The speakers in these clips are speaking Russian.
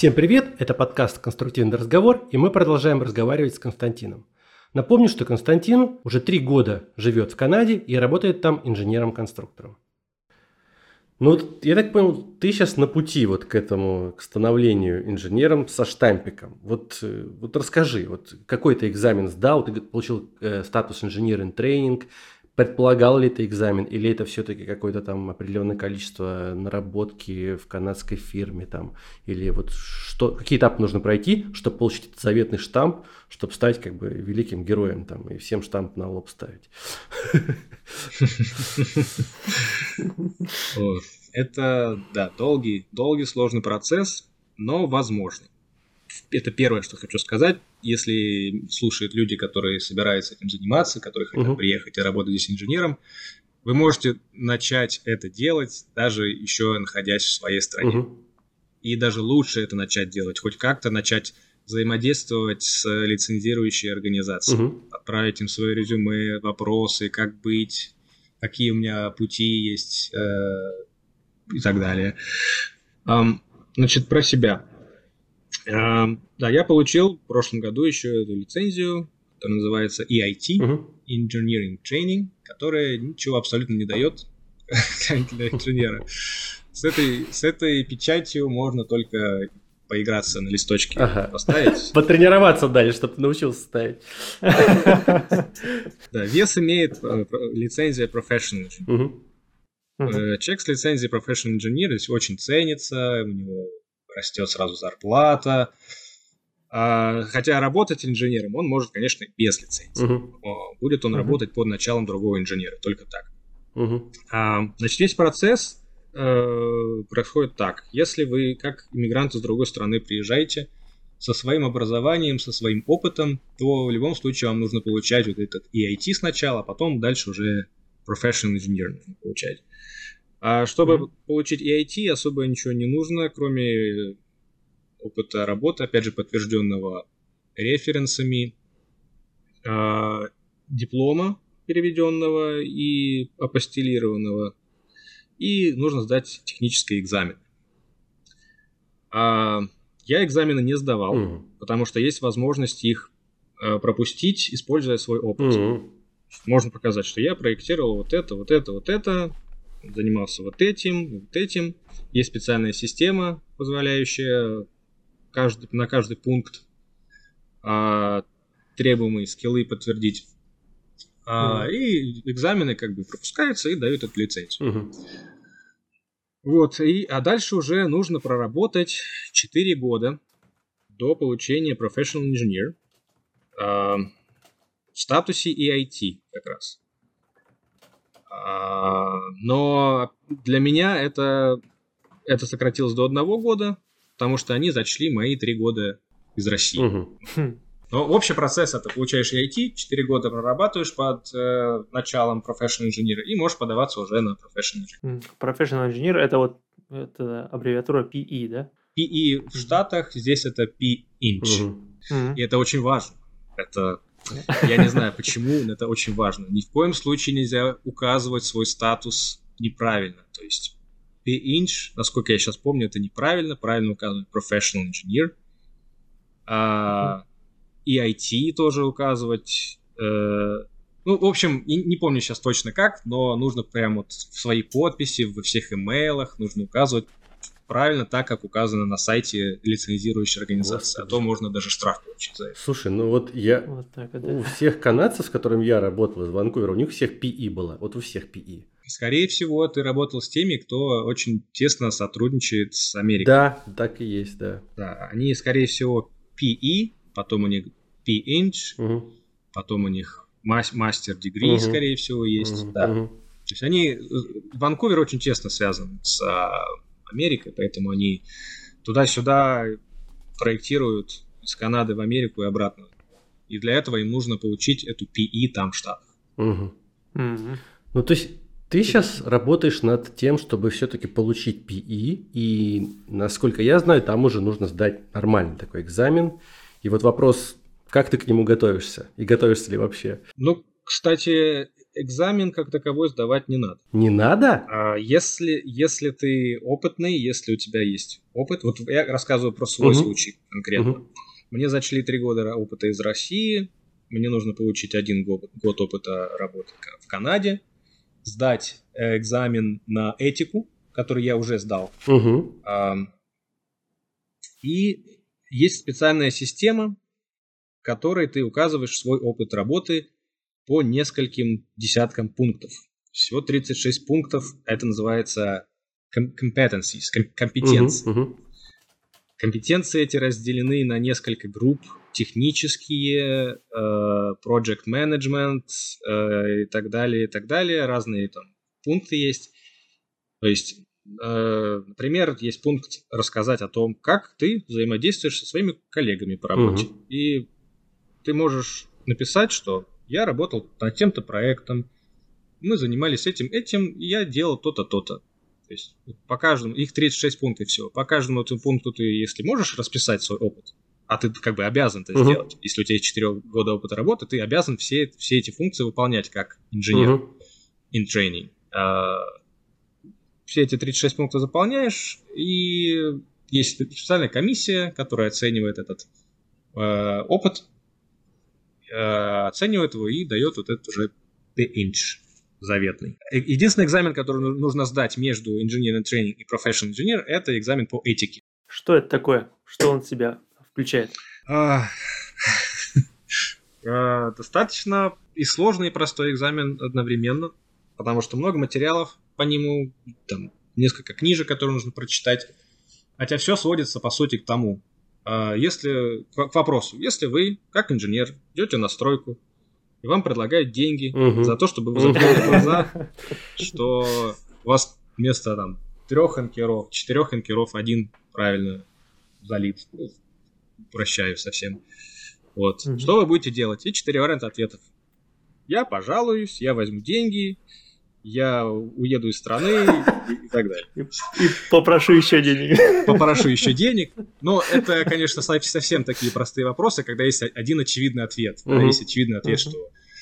Всем привет, это подкаст «Конструктивный разговор», и мы продолжаем разговаривать с Константином. Напомню, что Константин уже 3 года живет в Канаде и работает там инженером-конструктором. Ну, я так понял, ты сейчас на пути к этому, к становлению инженером со штампиком. Вот расскажи, какой ты экзамен сдал, ты получил статус инженер-ин-тренинг, предполагал ли ты экзамен, или это все-таки какое-то там определенное количество наработки в канадской фирме, там, или какие этапы нужно пройти, чтобы получить этот заветный штамп, чтобы стать как бы великим героем там, и всем штамп на лоб ставить. Это, да, долгий, сложный процесс, но возможный. Это первое, что хочу сказать. Если слушают люди, которые собираются этим заниматься, которые хотят приехать и работать здесь инженером, вы можете начать это делать, даже еще находясь в своей стране. И даже лучше это начать делать, хоть как-то начать взаимодействовать с лицензирующей организацией. Отправить им свое резюме, вопросы, как быть, какие у меня пути есть и так далее. Значит, про себя. Да, я получил в прошлом году еще эту лицензию, которая называется EIT, Engineering Training, которая ничего абсолютно не дает для инженера. С этой печатью можно только поиграться на листочке, поставить. Потренироваться дали, чтобы ты научился ставить. Да, вес имеет лицензия Professional Engineer. Человек с лицензией Professional Engineer очень ценится, у него растет сразу зарплата. Хотя работать инженером он может, конечно, без лицензии. Будет он работать под началом другого инженера, только так. Значит, весь процесс происходит так. Если вы, как иммигрант из другой страны, приезжаете со своим образованием, со своим опытом, то в любом случае вам нужно получать вот этот EIT сначала, а потом дальше уже Professional Engineer нужно получать. А чтобы получить EIT, особо ничего не нужно, кроме опыта работы, опять же, подтвержденного референсами, диплома переведенного и апостилированного, и нужно сдать технический экзамен. Я экзамены не сдавал, потому что есть возможность их пропустить, используя свой опыт. Можно показать, что я проектировал вот это, занимался вот этим. Есть специальная система, позволяющая на каждый пункт требуемые скиллы подтвердить. И экзамены как бы пропускаются и дают эту лицензию. А дальше уже нужно проработать 4 года до получения Professional Engineer в статусе EIT как раз. Но для меня это сократилось до 1 года, потому что они зачли мои 3 года из России. Но общий процесс — это получаешь EIT, 4 года прорабатываешь под началом Professional Engineer и можешь подаваться уже на Professional Engineer. Professional Engineer — это аббревиатура PE, да? PE в Штатах, здесь это P-Inch. И это очень важно. Я не знаю почему, но это очень важно. Ни в коем случае нельзя указывать свой статус неправильно. То есть P-Inch, насколько я сейчас помню, это неправильно. Правильно указывать Professional Engineer. EIT тоже указывать. В общем, не помню сейчас точно как, но нужно прямо в своей подписи, во всех имейлах нужно указывать правильно так, как указано на сайте лицензирующей организации. А то можно даже штраф получить за это. Слушай, у всех канадцев, с которыми я работал из Ванкувера, у них всех PE было. Вот у всех PE. Скорее всего, ты работал с теми, кто очень тесно сотрудничает с Америкой. Да, так и есть, да. Да, они, скорее всего, PE, потом у них P-Inch, потом у них мастер-дегри, скорее всего, есть. Да. То есть Ванкувер очень тесно связан с Америкой, поэтому они туда-сюда проектируют из Канады в Америку и обратно. И для этого им нужно получить эту PE там в Штатах. Ну, то есть ты сейчас работаешь над тем, чтобы все-таки получить PE, и, насколько я знаю, там уже нужно сдать нормальный такой экзамен. И вот вопрос, как ты к нему готовишься? И готовишься ли вообще? Кстати, экзамен как таковой сдавать не надо. Не надо? Если ты опытный, если у тебя есть опыт, вот я рассказываю про свой случай конкретно. Мне зачли 3 года опыта из России, мне нужно получить 1 год опыта работы в Канаде, сдать экзамен на этику, который я уже сдал. И есть специальная система, в которой ты указываешь свой опыт работы по нескольким десяткам пунктов. Всего 36 пунктов. Это называется competencies, компетенции. Компетенции эти разделены на несколько групп. Технические, project management и так далее, и так далее. Разные там пункты есть. То есть, например, есть пункт рассказать о том, как ты взаимодействуешь со своими коллегами по работе. И ты можешь написать, что я работал над тем-то проектом, мы занимались этим, и я делал то-то, то-то. То есть по каждому, их 36 пунктов всего. По каждому этому пункту ты, если можешь расписать свой опыт, а ты как бы обязан это сделать. Если у тебя есть 4 года опыта работы, ты обязан все эти функции выполнять как инженер in training. Все эти 36 пунктов заполняешь, и есть специальная комиссия, которая оценивает этот опыт, оценивает его и дает вот этот уже PINCH заветный. Единственный экзамен, который нужно сдать между Engineering Training и Professional Engineer, это экзамен по этике. Что это такое? Что он в себя включает? Достаточно и сложный, и простой экзамен одновременно, потому что много материалов по нему, там несколько книжек, которые нужно прочитать. Хотя все сводится, по сути, к тому, к вопросу, если вы, как инженер, идете на стройку, и вам предлагают деньги за то, чтобы вы закрыли глаза, что у вас вместо 3 анкеров, 4 анкеров 1 правильно залит. Прощаю совсем. Вот. Что вы будете делать? И 4 варианта ответов. Я пожалуюсь, я возьму деньги, я уеду из страны и так далее. И попрошу еще денег. Попрошу еще денег. Но это, конечно, совсем такие простые вопросы, когда есть один очевидный ответ. Когда есть очевидный ответ, что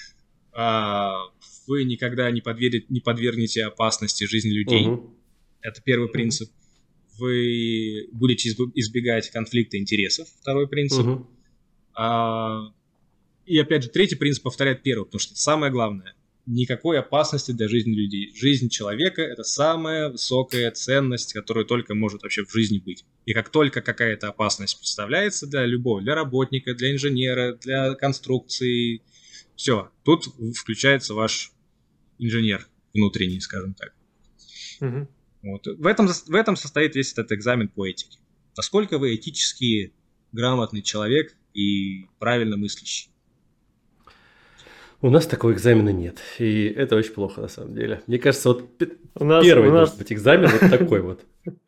вы никогда не подвергнете опасности жизни людей. Это первый принцип. Вы будете избегать конфликта интересов. Второй принцип. И опять же, третий принцип повторяет первый, потому что это самое главное. Никакой опасности для жизни людей. Жизнь человека – это самая высокая ценность, которая только может вообще в жизни быть. И как только какая-то опасность представляется для любого, для работника, для инженера, для конструкции, все, тут включается ваш инженер внутренний, скажем так. Вот. В этом состоит весь этот экзамен по этике. Насколько вы этически грамотный человек и правильно мыслящий. У нас такого экзамена нет, и это очень плохо на самом деле. Мне кажется, вот первый должен быть экзамен вот такой вот.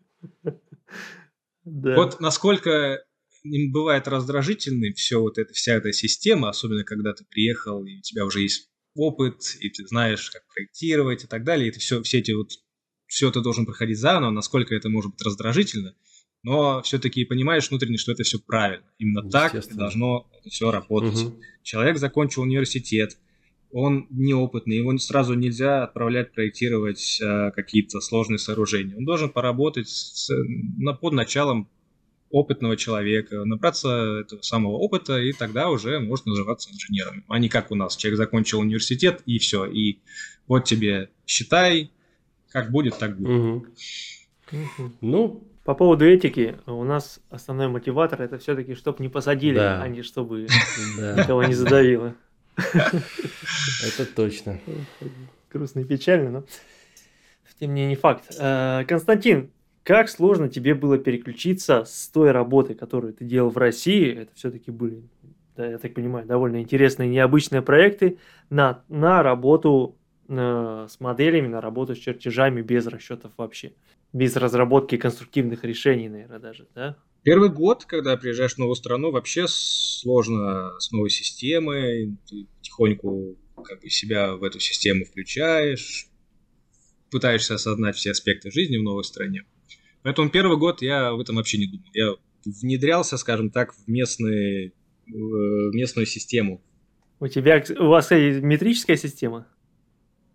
Вот насколько бывает раздражительной вся эта система, особенно когда ты приехал, и у тебя уже есть опыт, и ты знаешь, как проектировать и так далее, и ты все ты должен проходить заново, насколько это может быть раздражительно, но все-таки понимаешь внутренне, что это все правильно. Именно так должно это все работать. Человек закончил университет, он неопытный, его сразу нельзя отправлять проектировать какие-то сложные сооружения. Он должен поработать под началом опытного человека, набраться этого самого опыта, и тогда уже может называться инженером. А не как у нас. Человек закончил университет, и все. И вот тебе считай, как будет, так будет. Ну, по поводу этики, у нас основной мотиватор это все-таки, чтобы не посадили, а не чтобы никого не задавило. Это точно. Грустно и печально, но тем не менее не факт. Константин, как сложно тебе было переключиться с той работы, которую ты делал в России, это все-таки были, да, я так понимаю, довольно интересные, необычные проекты, на работу с моделями, на работу с чертежами без расчетов вообще, без разработки конструктивных решений, наверное, даже, да? Первый год, когда приезжаешь в новую страну, вообще сложно с новой системой, ты потихоньку себя в эту систему включаешь, пытаешься осознать все аспекты жизни в новой стране. Поэтому первый год я в этом вообще не думал. Я внедрялся, скажем так, в местную систему. У вас, кстати, метрическая система?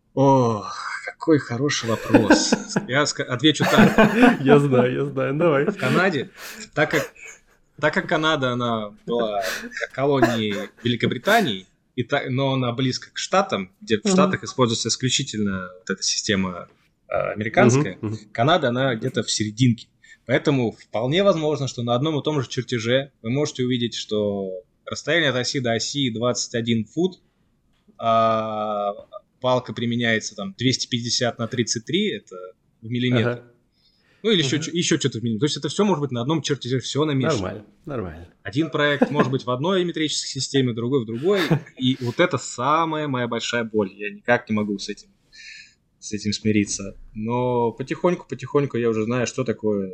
О, какой хороший вопрос. Я отвечу так. Я знаю, давай. В Канаде, так как Канада, она была колонией Великобритании, но она близко к Штатам, где в Штатах используется исключительно вот эта система американская, Канада, она где-то в серединке. Поэтому вполне возможно, что на одном и том же чертеже вы можете увидеть, что расстояние от оси до оси 21 фут, а палка применяется там 250 на 33, это в миллиметр. Ага. Ну или еще что-то в миллиметр. То есть это все может быть на одном чертеже, все намешано. Нормально. Один проект может быть в одной метрической системе, другой в другой. И вот это самая моя большая боль. Я никак не могу с этим смириться. Но потихоньку я уже знаю, что такое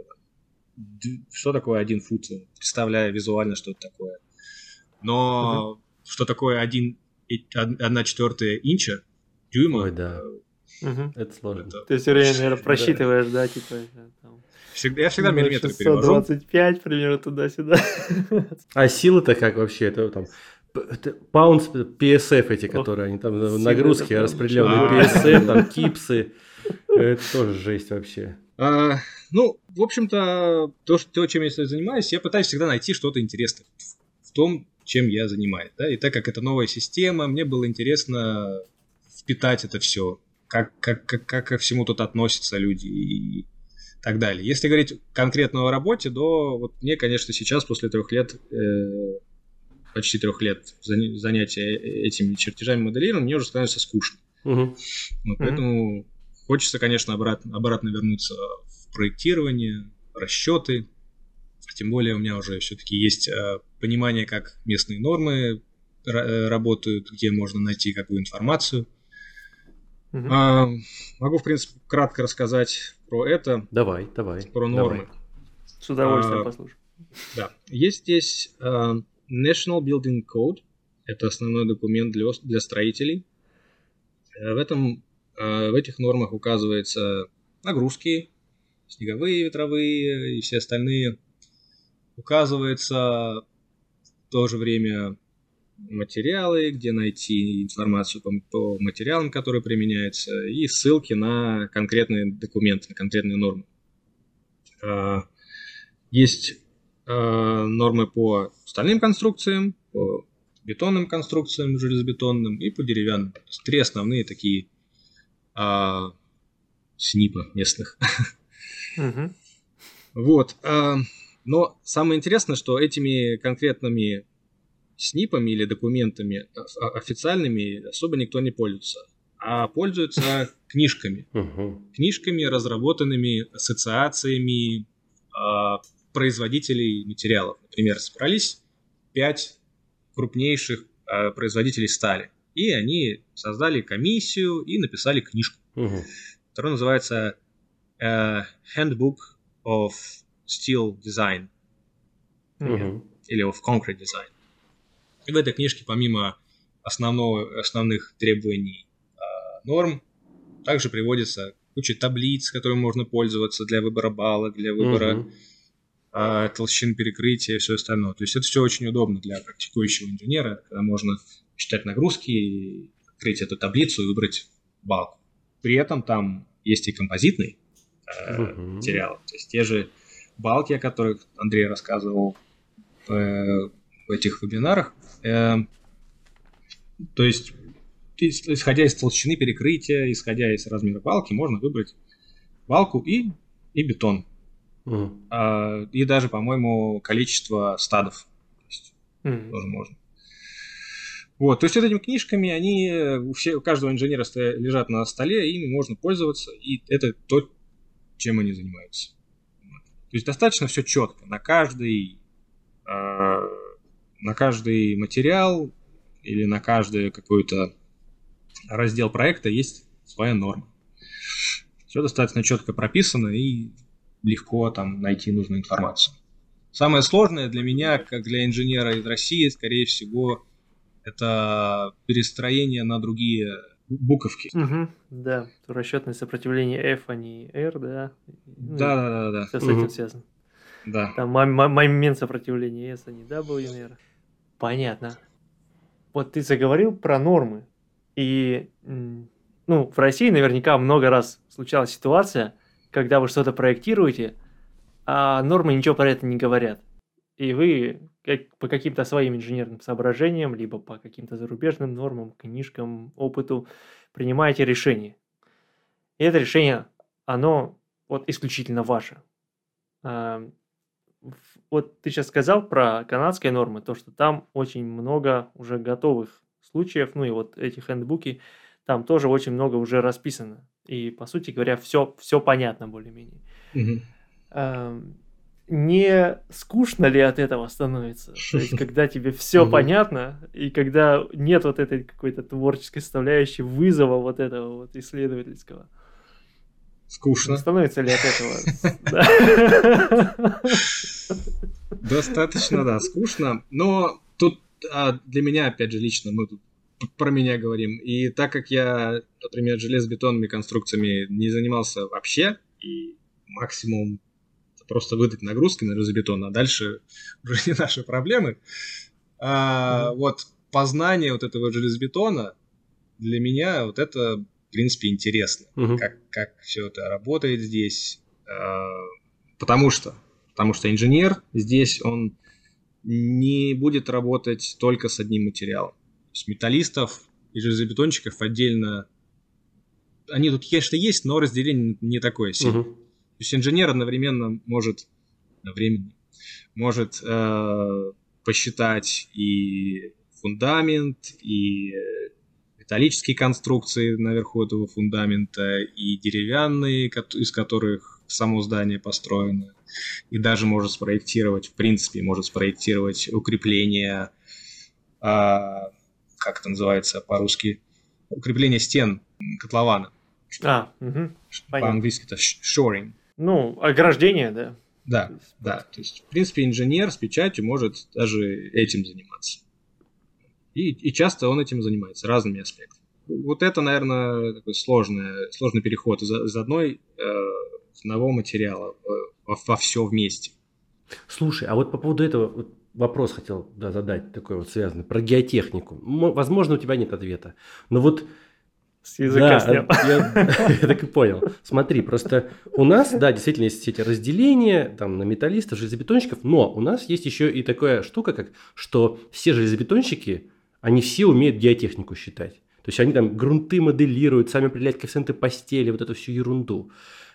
1 фут, представляю визуально, что это такое. Но что такое 1/4 инча, дюйма? Ой, да. Это сложно. Ты все время, наверное, просчитываешь, да, типа... Я всегда миллиметры перевожу. 625 примерно туда-сюда. А силы-то как вообще? Это там паунс, PSF эти, которые они там нагрузки распределенные, PSF, там кипсы. Это тоже жесть вообще. Ну, в общем-то, то, чем я занимаюсь, я пытаюсь всегда найти что-то интересное в том, чем я занимаюсь. Да? И так как это новая система, мне было интересно впитать это все. Как ко всему тут относятся люди и так далее. Если говорить конкретно о работе, то вот мне, конечно, сейчас, после 3 лет, почти 3 лет занятия этими чертежами моделирования, мне уже становится скучно. Поэтому хочется, конечно, обратно вернуться в проектирование, расчеты. Тем более у меня уже все-таки есть понимание, как местные нормы работают, где можно найти какую информацию. Могу, в принципе, кратко рассказать про это. Давай. Про нормы. С удовольствием послушаю. Да. Есть здесь National Building Code. Это основной документ для строителей. В этих нормах указываются нагрузки, снеговые, ветровые и все остальные. Указывается в то же время материалы, где найти информацию по материалам, которые применяются, и ссылки на конкретные документы, на конкретные нормы. Есть нормы по стальным конструкциям, по бетонным конструкциям, железобетонным и по деревянным. То есть 3 основные такие СНИПа местных. Вот. Но самое интересное, что этими конкретными СНИПами или документами официальными особо никто не пользуется, а пользуются книжками. Книжками, разработанными ассоциациями производителей материалов. Например, собрались 5 крупнейших производителей стали, и они создали комиссию и написали книжку, которая называется Handbook of Steel Design или of Concrete Design. И в этой книжке, помимо основных требований норм, также приводится куча таблиц, которыми можно пользоваться для выбора балок, для выбора толщин перекрытия и все остальное. То есть это все очень удобно для практикующего инженера, когда можно считать нагрузки, открыть эту таблицу и выбрать балку. При этом там есть и композитный материал. То есть те же балки, о которых Андрей рассказывал в этих вебинарах. То есть, исходя из толщины перекрытия, исходя из размера балки, можно выбрать балку и бетон. И даже, по-моему, количество стадов. То есть, тоже можно. Вот, то есть этими книжками, они у каждого инженера лежат на столе, ими можно пользоваться, и это то, чем они занимаются. То есть достаточно все четко. На каждый материал или на каждый какой-то раздел проекта есть своя норма. Все достаточно четко прописано и легко там найти нужную информацию. Самое сложное для меня, как для инженера из России, скорее всего, это перестроение на другие буковки. Да, расчетное сопротивление F, а не R, да? Да. Все с этим связано. Да. Там момент сопротивления S, а не W, наверное. Понятно. Вот ты заговорил про нормы. И ну, в России наверняка много раз случалась ситуация, когда вы что-то проектируете, а нормы ничего про это не говорят. И вы по каким-то своим инженерным соображениям, либо по каким-то зарубежным нормам, книжкам, опыту принимаете решение. И это решение, оно вот исключительно ваше. Вот ты сейчас сказал про канадские нормы, то, что там очень много уже готовых случаев, ну и вот эти хендбуки, там тоже очень много уже расписано. И, по сути говоря, все понятно более-менее. Не скучно ли от этого становится? То есть, когда тебе все понятно, и когда нет вот этой какой-то творческой составляющей вызова вот этого вот исследовательского. Скучно. Становится ли от этого? Достаточно, да, скучно. Но тут для меня, опять же, лично, мы тут про меня говорим. И так как я, например, железобетонными конструкциями не занимался вообще, и максимум просто выдать нагрузки на железобетон, а дальше уже не наши проблемы. Вот познание вот этого железобетона для меня вот это, в принципе, интересно. Как все это работает здесь. Потому что инженер здесь, он не будет работать только с одним материалом. То есть металлистов и железобетонщиков отдельно... Они тут, конечно, есть, но разделение не такое сильное. То есть инженер одновременно может посчитать и фундамент, и металлические конструкции наверху этого фундамента, и деревянные, из которых само здание построено, и даже может спроектировать, в принципе, укрепление, как это называется по-русски, укрепление стен котлована. По-английски это shoring. Ну, ограждение, да. Да. То есть, в принципе, инженер с печатью может даже этим заниматься. И часто он этим занимается, разными аспектами. Вот это, наверное, такой сложный переход из одного материала во все вместе. Слушай, а вот по поводу этого вопрос хотел задать, такой вот связанный, про геотехнику. Возможно, у тебя нет ответа, но вот... С языка снял. Я так и понял. Смотри, просто у нас, да, действительно есть все эти разделения там, на металлистов, железобетонщиков, но у нас есть еще и такая штука, что все железобетонщики, они все умеют геотехнику считать. То есть они там грунты моделируют, сами определяют коэффициенты постели, вот эту всю ерунду.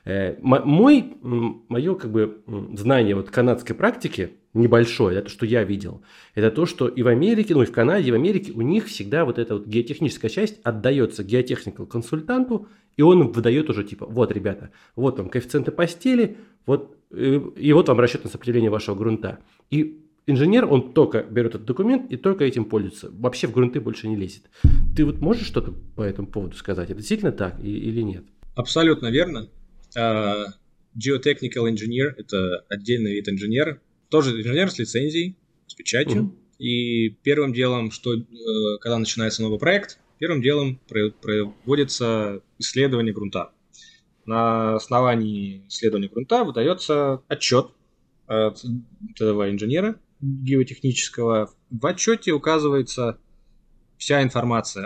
Мое знание вот канадской практики небольшое, это что я видел, это то, что и в Америке, и в Канаде, и в Америке у них всегда вот эта вот геотехническая часть отдается геотехникал консультанту, и он выдает уже вот, ребята, вот вам коэффициенты постели, и вот вам расчет на сопределение вашего грунта. И инженер, он только берет этот документ и только этим пользуется. Вообще в грунты больше не лезет. Ты вот можешь что-то по этому поводу сказать? Это действительно так или нет? Абсолютно верно. Geotechnical engineer – это отдельный вид инженера. Тоже инженер с лицензией, с печатью. И первым делом, когда начинается новый проект, первым делом проводится исследование грунта. На основании исследования грунта выдается отчет от этого инженера геотехнического. В отчете указывается вся информация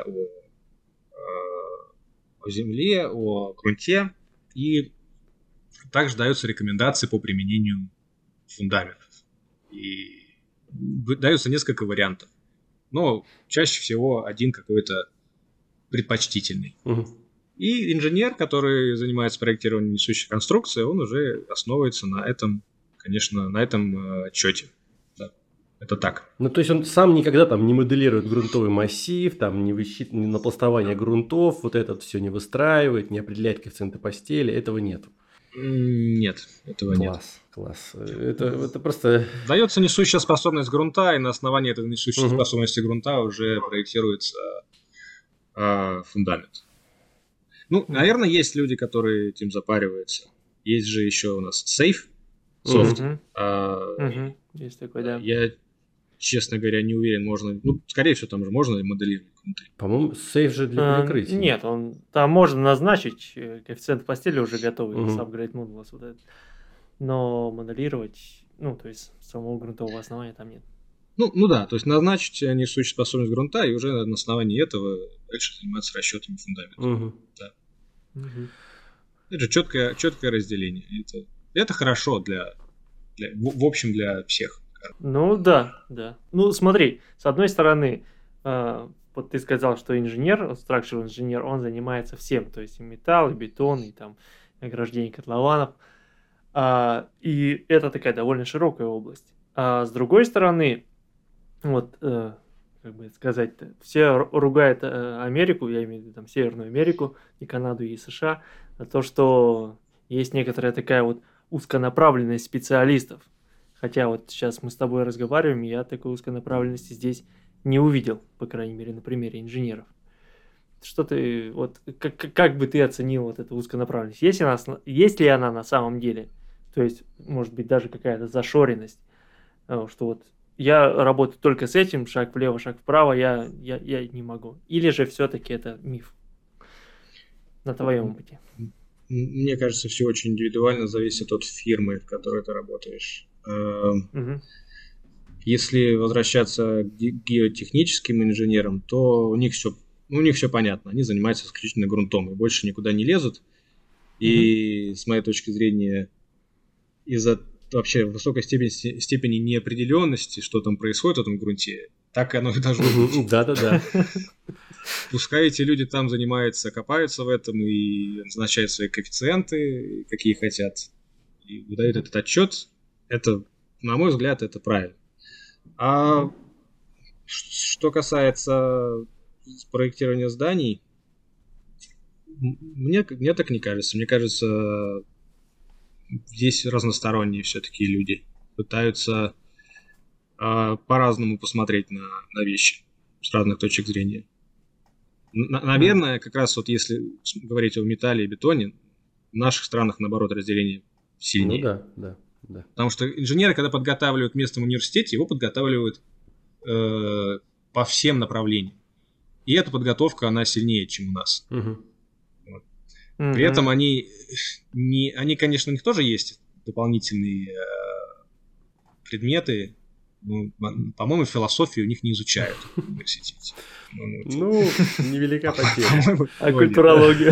о земле, о грунте, и также даются рекомендации по применению фундаментов. И даются несколько вариантов. Но чаще всего один какой-то предпочтительный. И инженер, который занимается проектированием несущих конструкций, он уже основывается на этом, конечно, на этом отчете. Да, это так. Ну, то есть он сам никогда там не моделирует грунтовый массив, там не напластование грунтов, вот это все не выстраивает, не определяет коэффициенты постели, этого нет. Нет, этого нет. Класс. Это просто... Дается несущая способность грунта, и на основании этой несущей способности грунта уже проектируется фундамент. Ну, наверное, есть люди, которые этим запариваются. Есть же еще у нас Safe софт. Есть такой, да. Я, честно говоря, не уверен, можно... Ну, скорее всего, там же можно моделировать грунты. По-моему, Safe же для перекрытия. Нет, там можно назначить коэффициент постели уже готовый с Upgrade Modules. Вот этот. Но моделировать, то есть самого грунтового основания там нет. Ну да, то есть назначить несущую способность грунта, и уже на основании этого дальше заниматься расчетами фундамента. Угу. Да. Мгм. Это же четкое разделение. Это хорошо в общем для всех. Ну да, да. Ну смотри, с одной стороны, вот ты сказал, что инженер, structural инженер, он занимается всем, то есть и металл, и бетон, и там ограждение котлованов. И это такая довольно широкая область. А с другой стороны, вот, как бы сказать-то, все ругают Америку, я имею в виду там Северную Америку, и Канаду, и США, за то, что есть некоторая такая вот узконаправленность специалистов. Хотя вот сейчас мы с тобой разговариваем, и я такой узконаправленности здесь не увидел, по крайней мере, на примере инженеров. Что ты, вот, как бы ты оценил вот эту узконаправленность? Есть ли она на самом деле? То есть, может быть, даже какая-то зашоренность, что вот я работаю только с этим, шаг влево, шаг вправо, я не могу. Или же все-таки это миф на твоем опыте? Мне кажется, все очень индивидуально зависит от фирмы, в которой ты работаешь. Мгм. Если возвращаться к геотехническим инженерам, то у них все понятно. Они занимаются исключительно грунтом и больше никуда не лезут. И с моей точки зрения, из-за вообще высокой степени неопределенности, что там происходит в этом грунте, так оно и должно быть. Да-да-да. Пускай эти люди там занимаются, копаются в этом и назначают свои коэффициенты, какие хотят, и выдают этот отчет. Это, на мой взгляд, это правильно. А что касается проектирования зданий, мне так не кажется. Мне кажется, здесь разносторонние все-таки люди пытаются по-разному посмотреть на вещи с разных точек зрения. Наверное, как раз вот если говорить о металле и бетоне, в наших странах, наоборот, разделение сильнее. Ну да. Потому что инженеры, когда подготавливают в местном университете, его подготавливают по всем направлениям. И эта подготовка, она сильнее, чем у нас. При этом они, конечно, у них тоже есть дополнительные предметы. Ну, по-моему, философию у них не изучают в университете. Ну, невелика потеря. А культурологию?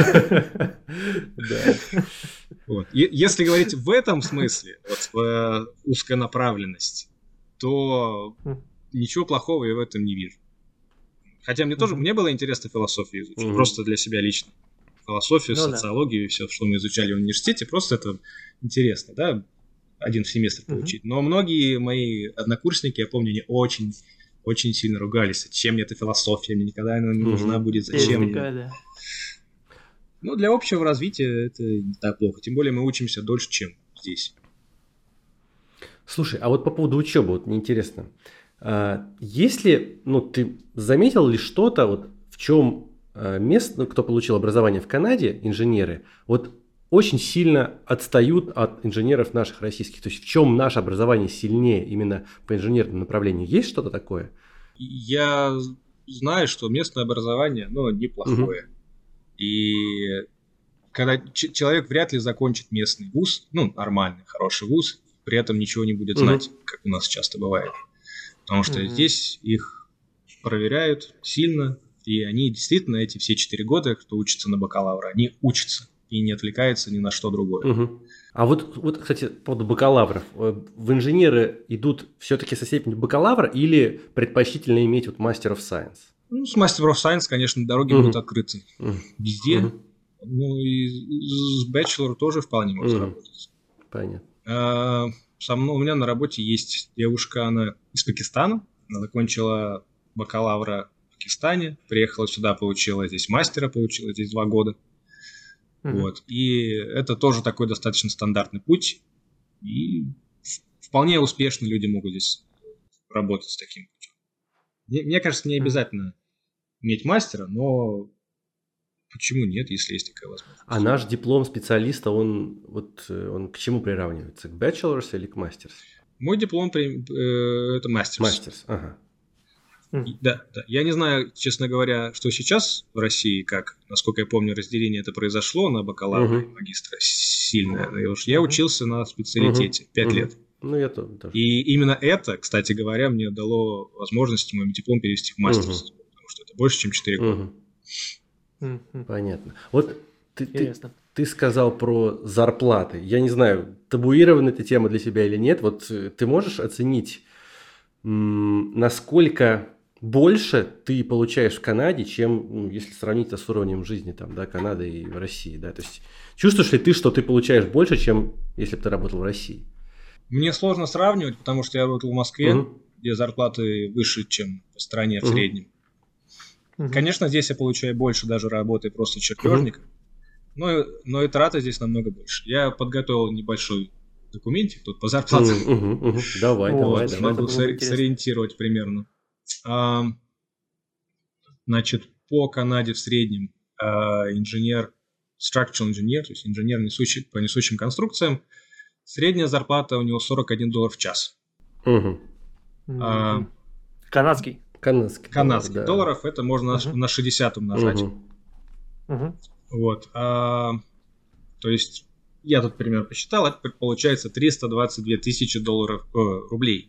Да. Вот. Если говорить в этом смысле, вот, узконаправленность, то ничего плохого я в этом не вижу. Хотя мне было интересно философию изучить, просто для себя лично. Философию, социологию и все, что мы изучали в университете, просто это интересно, да, один семестр получить. Но многие мои однокурсники, я помню, они очень, очень сильно ругались. Зачем мне эта философия? Мне никогда она не нужна будет. Зачем мне? Ну, для общего развития это не так плохо. Тем более мы учимся дольше, чем здесь. Слушай, а вот по поводу учебы, вот мне интересно. Если, ты заметил ли что-то, вот в чем кто получил образование в Канаде, инженеры, вот очень сильно отстают от инженеров наших российских? То есть в чем наше образование сильнее именно по инженерному направлению? Есть что-то такое? Я знаю, что местное образование, неплохое. И когда человек вряд ли закончит местный вуз, нормальный, хороший вуз, при этом ничего не будет знать, как у нас часто бывает. Потому что здесь их проверяют сильно, и они действительно эти все 4 года, кто учится на бакалавра, они учатся и не отвлекаются ни на что другое. А вот, кстати, по поводу бакалавров. В инженеры идут все-таки со степенью бакалавра или предпочтительно иметь вот Master of Science? С Master of Science, конечно, дороги будут открыты везде. И с Bachelor тоже вполне можно работать. Понятно. У меня на работе есть девушка, она из Пакистана. Она закончила бакалавра в Пакистане, приехала сюда, получила здесь мастера, получила здесь 2 года. Вот. И это тоже такой достаточно стандартный путь. И вполне успешно люди могут здесь работать с таким путем. Мне кажется, не обязательно иметь мастера, но почему нет, если есть такая возможность? А наш диплом специалиста, он к чему приравнивается? К bachelor's или к master's? Мой диплом это master's. Master's, ага. Да. Я не знаю, честно говоря, что сейчас в России, насколько я помню, разделение это произошло на бакалавра и магистра сильное. Я учился на специалитете 5 лет. Ну, я тоже. И именно это, кстати говоря, мне дало возможность мой диплом перевести в мастерство, потому что это больше, чем 4 года. Понятно. Вот ты сказал про зарплаты. Я не знаю, табуирована эта тема для тебя или нет. Вот ты можешь оценить, насколько больше ты получаешь в Канаде, чем если сравнить это с уровнем жизни там, да, Канады и в России, да? То есть чувствуешь ли ты, что ты получаешь больше, чем если бы ты работал в России? Мне сложно сравнивать, потому что я работал в Москве, где зарплаты выше, чем в стране в среднем. Конечно, здесь я получаю больше, даже работая просто чертежником, но и траты здесь намного больше. Я подготовил небольшой документик тут по зарплатам. Давай. Могу сориентировать примерно. Значит, по Канаде в среднем инженер, structural engineer, то есть инженер по несущим конструкциям, средняя зарплата у него $41 в час. Канадский. Канадских долларов, это можно на 60 умножать. Вот. То есть, я тут примерно посчитал, это получается 322 тысячи рублей.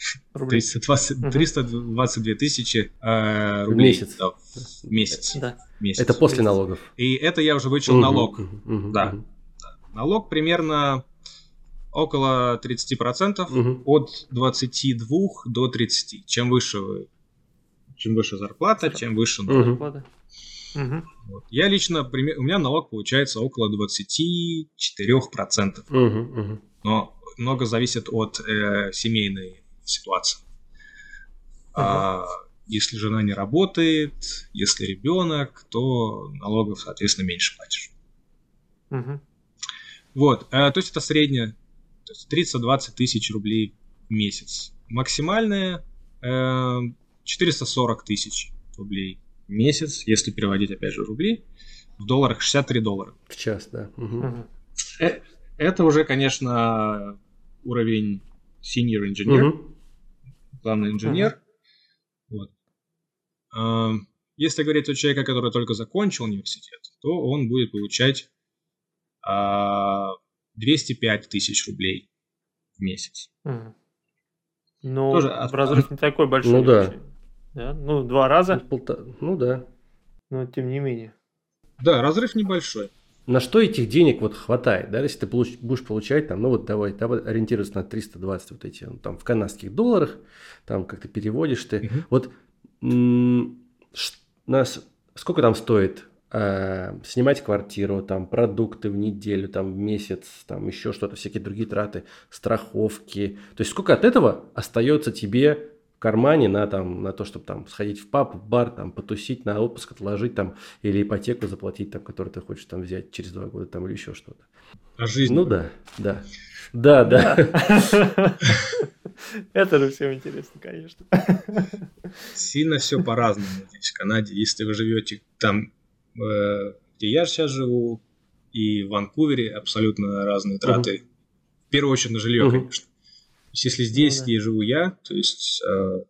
322 тысячи рублей в месяц. Да. Это после налогов. И это я уже вычел налог. Да. Налог примерно около 30%, от 22 до 30. Чем выше зарплата, чем выше налог. Вот. Я лично, у меня налог получается около 24%. Но много зависит от семейной ситуации. Если жена не работает, если ребенок, то налогов, соответственно, меньше платишь. Вот, то есть это средняя, то есть 30-20 тысяч рублей в месяц. Максимальная 440 тысяч рублей в месяц, если переводить, опять же, в рубли, в долларах $63. В час, да. Это уже, конечно, уровень senior engineer, главный инженер. Вот. Если говорить о человеке, который только закончил университет, то он будет получать 205 тысяч рублей в месяц. Ну, разрыв не такой большой. Ну, да. Ну, 2 раза. Ну, да. Но тем не менее. Да, разрыв небольшой. На что этих денег вот хватает, да, если ты будешь получать там, ну вот давай ориентируйся на 320 вот эти, там в канадских долларах, там как ты переводишь ты, вот сколько там стоит снимать квартиру, там продукты в неделю, там в месяц, там еще что-то, всякие другие траты, страховки, то есть сколько от этого остается тебе в кармане на то, чтобы там сходить в паб, в бар, там потусить, на отпуск отложить там или ипотеку заплатить, там, которую ты хочешь там взять через 2 года там или еще что-то. А жизнь? Ну да. Это же всем интересно, конечно. Сильно все по-разному здесь в Канаде. Если вы живете там, где я сейчас живу, и в Ванкувере, абсолютно разные траты. В первую очередь на жилье, конечно. То есть, если здесь, где живу я, то есть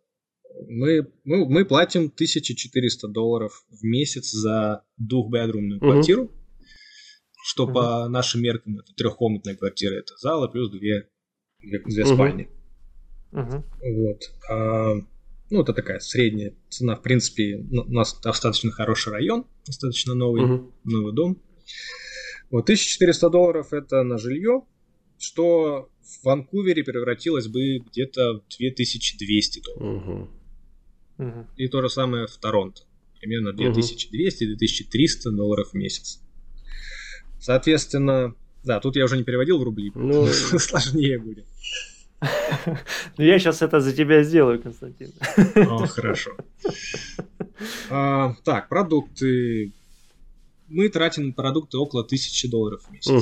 мы платим $1400 в месяц за двухбедрумную квартиру, что по нашим меркам это 3-комнатная квартира, это зал и плюс 2 спальни. Вот. Ну, это такая средняя цена. В принципе, у нас достаточно хороший район, достаточно новый дом. Вот, $1400 это на жилье, что в Ванкувере превратилось бы где-то в $2200. И то же самое в Торонто. Примерно $2200-2300 в месяц. Соответственно, да, тут я уже не переводил в рубли, сложнее будет. Ну, я сейчас это за тебя сделаю, Константин. О, хорошо. Так, продукты. Мы тратим на продукты около $1000 в месяц.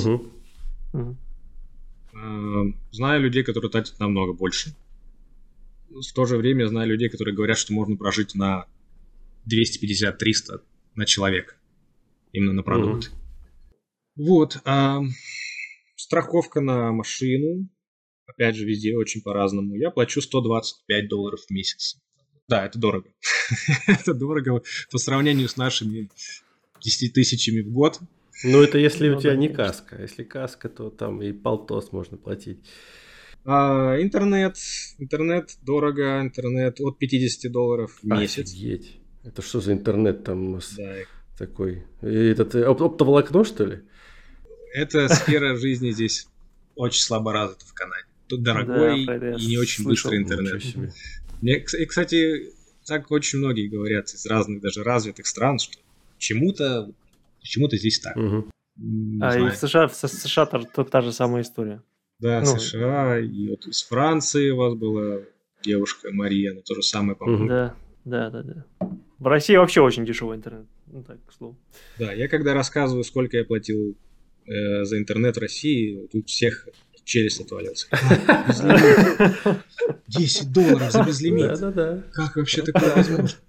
Знаю людей, которые тратят намного больше. В то же время я знаю людей, которые говорят, что можно прожить на 250-300 на человека. Именно на продукты. Вот. Страховка на машину. Опять же, везде очень по-разному. Я плачу $125 в месяц. Да, это дорого. Это дорого по сравнению с нашими 10 тысячами в год. Ну, это если у тебя не каска. Если каска, то там и полтос можно платить. Интернет дорого, интернет от $50 в месяц. Офигеть. Это что за интернет там у нас Да. такой? Оптоволокно, что ли? Эта сфера жизни здесь очень слабо развита в Канаде. Тут дорогой и не очень быстрый интернет. И, кстати, так очень многие говорят из разных даже развитых стран, что почему-то здесь так. И в США та же самая история. Да, США, и вот из Франции у вас была девушка Мария, она то же самое, по-моему. Да. В России вообще очень дешевый интернет. Ну так, к слову. Да, я когда рассказываю, сколько я платил за интернет в России, тут всех челюсть отвалился. $10 за безлимит. Да. Как вообще такое возможно?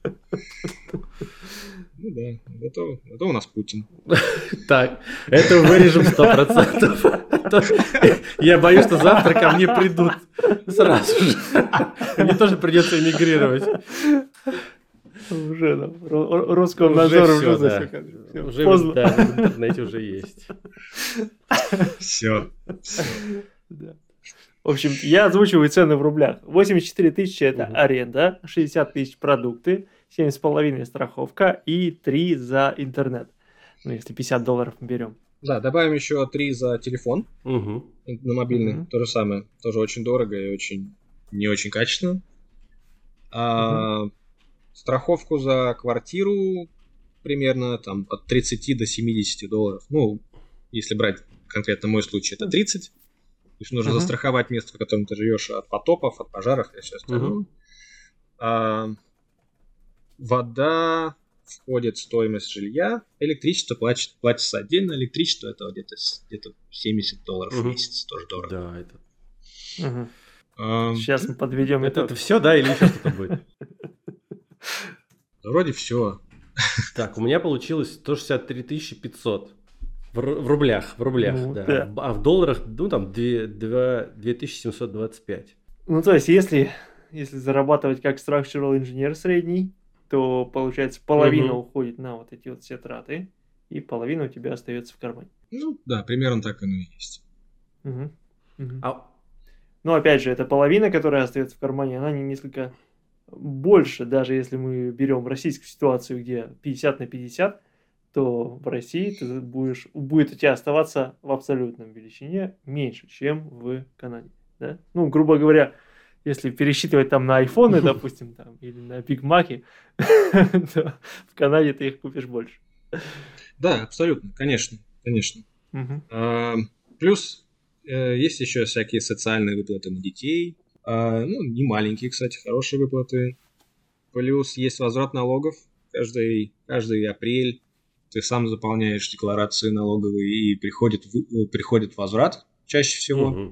Ну да, зато у нас Путин. Так, это вырежем 100%. Я боюсь, что завтра ко мне придут сразу же. Мне тоже придется эмигрировать. Уже, да. Роскомнадзор уже поздно. Да, в интернете уже есть. Все. Да. В общем, я озвучиваю цены в рублях. 84 тысячи – это аренда, 60 тысяч – продукты, 7,5 – страховка и 3 за интернет. Ну, если $50 мы берем. Да, добавим еще 3 за телефон на мобильный. То же самое. Тоже очень дорого и очень не очень качественно. Страховку за квартиру примерно там, от 30 до $70. Ну, если брать конкретно мой случай, это 30. То есть нужно застраховать место, в котором ты живешь от потопов, от пожаров и все остальное. Вода входит в стоимость жилья. Электричество платится отдельно. Электричество это где-то $70 в месяц. Тоже дорого. Да, это... Сейчас мы подведем это все, да, или еще что-то будет? Вроде все. Так, у меня получилось 163 500. В рублях, да. А в долларах, ну, там, 2725. Ну, то есть, если зарабатывать как structural инженер средний, то, получается, половина уходит на вот эти вот все траты, и половина у тебя остается в кармане. Ну, да, примерно так оно и есть. Но, опять же, эта половина, которая остается в кармане, она не несколько больше, даже если мы берем российскую ситуацию, где 50 на 50, то в России ты будет у тебя оставаться в абсолютном величине меньше, чем в Канаде. Да? Ну, грубо говоря, если пересчитывать там на айфоны, допустим, там, или на Биг Маки, то в Канаде ты их купишь больше. Да, абсолютно, конечно. Плюс есть еще всякие социальные выплаты на детей. Ну, не маленькие, кстати, хорошие выплаты. Плюс есть возврат налогов каждый апрель. Ты сам заполняешь декларации налоговые, и приходит возврат чаще всего.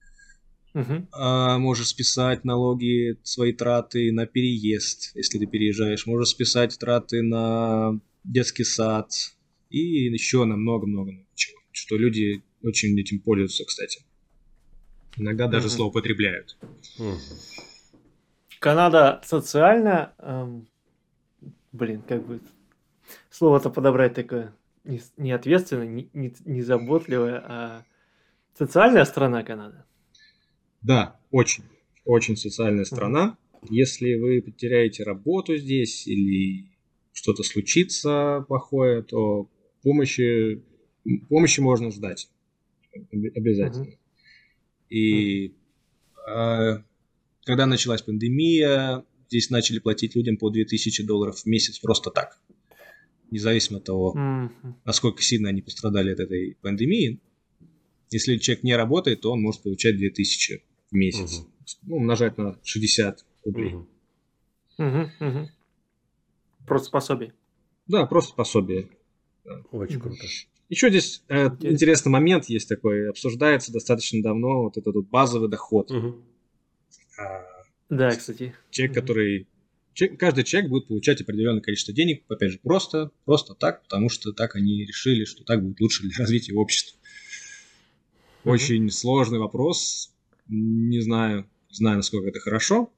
Можешь списать налоги, свои траты на переезд, если ты переезжаешь. Можешь списать траты на детский сад и еще на много-много чего. Что люди очень этим пользуются, кстати. Иногда даже злоупотребляют. Канада социально... как бы слово-то подобрать такое не ответственное, не заботливое, а социальная страна Канада. Да, очень, очень социальная страна. Если вы потеряете работу здесь или что-то случится плохое, то помощи можно ждать обязательно. И когда началась пандемия, здесь начали платить людям по $2000 в месяц просто так. Независимо от того, насколько сильно они пострадали от этой пандемии. Если человек не работает, то он может получать 2000 в месяц. Ну, умножать на 60 рублей. Просто пособие. Да, просто пособие. Да. Очень круто. Еще здесь интересный момент есть такой. Обсуждается достаточно давно вот этот вот базовый доход. Да, кстати. Каждый человек будет получать определенное количество денег, опять же, просто так, потому что так они решили, что так будет лучше для развития общества. Очень сложный вопрос. Не знаю, насколько это хорошо.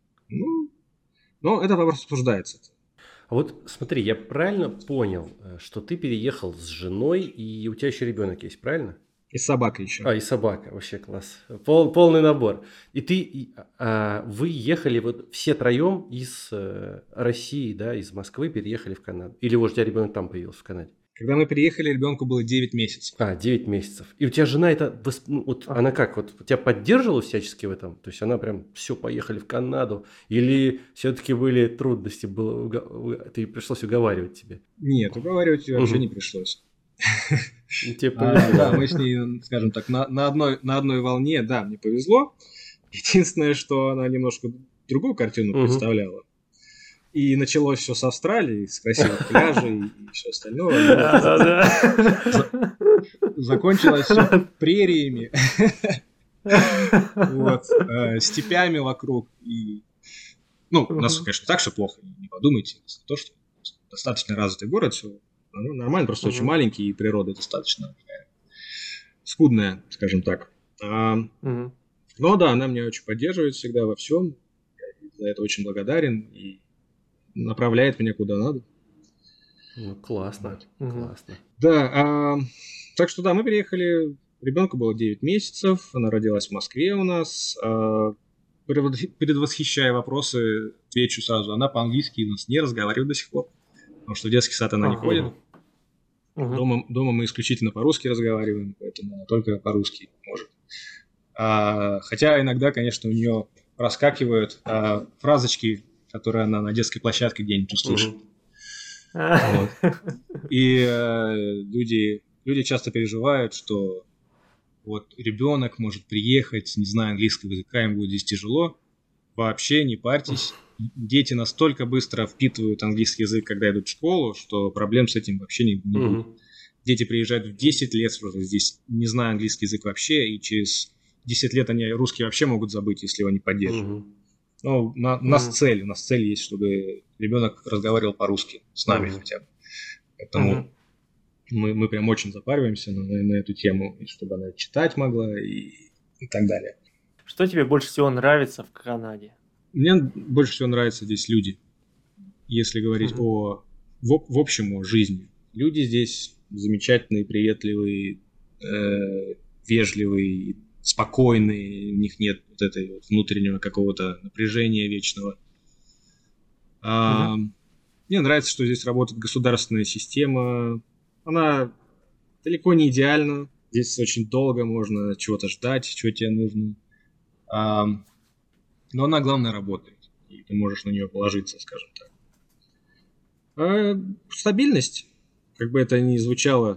Но этот вопрос обсуждается. А вот смотри, я правильно понял, что ты переехал с женой, и у тебя еще ребенок есть, правильно? И собака еще. И собака, вообще класс. Полный набор. Вы ехали вот все троем из России, да, из Москвы переехали в Канаду? Или у тебя ребенок там появился в Канаде? Когда мы приехали, ребенку было 9 месяцев. 9 месяцев. И у тебя жена она как, вот тебя поддерживала всячески в этом? То есть она прям, все, поехали в Канаду? Или все-таки были трудности, ты пришлось уговаривать тебе? Нет, уговаривать вообще не пришлось. Тебе повезло. Да, мы с ней, скажем так, на одной волне, да, мне повезло. Единственное, что она немножко другую картину представляла. И началось все с Австралии, с красивых пляжей и все остальное. Закончилось все прериями, степями вокруг. Ну, у нас, конечно, так, что плохо, не подумайте. То, что достаточно развитый город, все нормально, просто очень маленький, и природа достаточно скудная, скажем так. Но да, она меня очень поддерживает всегда во всем. Я за это очень благодарен и направляет меня куда надо. Ну, классно, классно. Да, так что да, мы переехали, ребенку было 9 месяцев, она родилась в Москве у нас. Предвосхищая вопросы, отвечу сразу, она по-английски у нас не разговаривает до сих пор, потому что в детский сад она не ходит. Дома мы исключительно по-русски разговариваем, поэтому она только по-русски может. Хотя иногда, конечно, у нее проскакивают фразочки, которые она на детской площадке где-нибудь услышит. И люди часто переживают, что вот ребенок может приехать, не зная английского языка, им будет здесь тяжело. Вообще не парьтесь. Дети настолько быстро впитывают английский язык, когда идут в школу, что проблем с этим вообще не будет. Дети приезжают в 10 лет здесь, не зная английский язык вообще, и через 10 лет они русский вообще могут забыть, если его не поддерживают. Ну, у нас цель есть, чтобы ребенок разговаривал по-русски с нами хотя бы. Поэтому мы прям очень запариваемся на эту тему, чтобы она читать могла и так далее. Что тебе больше всего нравится в Канаде? Мне больше всего нравятся здесь люди. Если говорить в общем о жизни. Люди здесь замечательные, приветливые, вежливые, спокойные, у них нет вот этой вот внутреннего какого-то напряжения вечного. Мне нравится, что здесь работает государственная система. Она далеко не идеальна. Здесь очень долго можно чего-то ждать, чего тебе нужно. Но она, главное, работает. И ты можешь на нее положиться, скажем так. Стабильность. Как бы это ни звучало.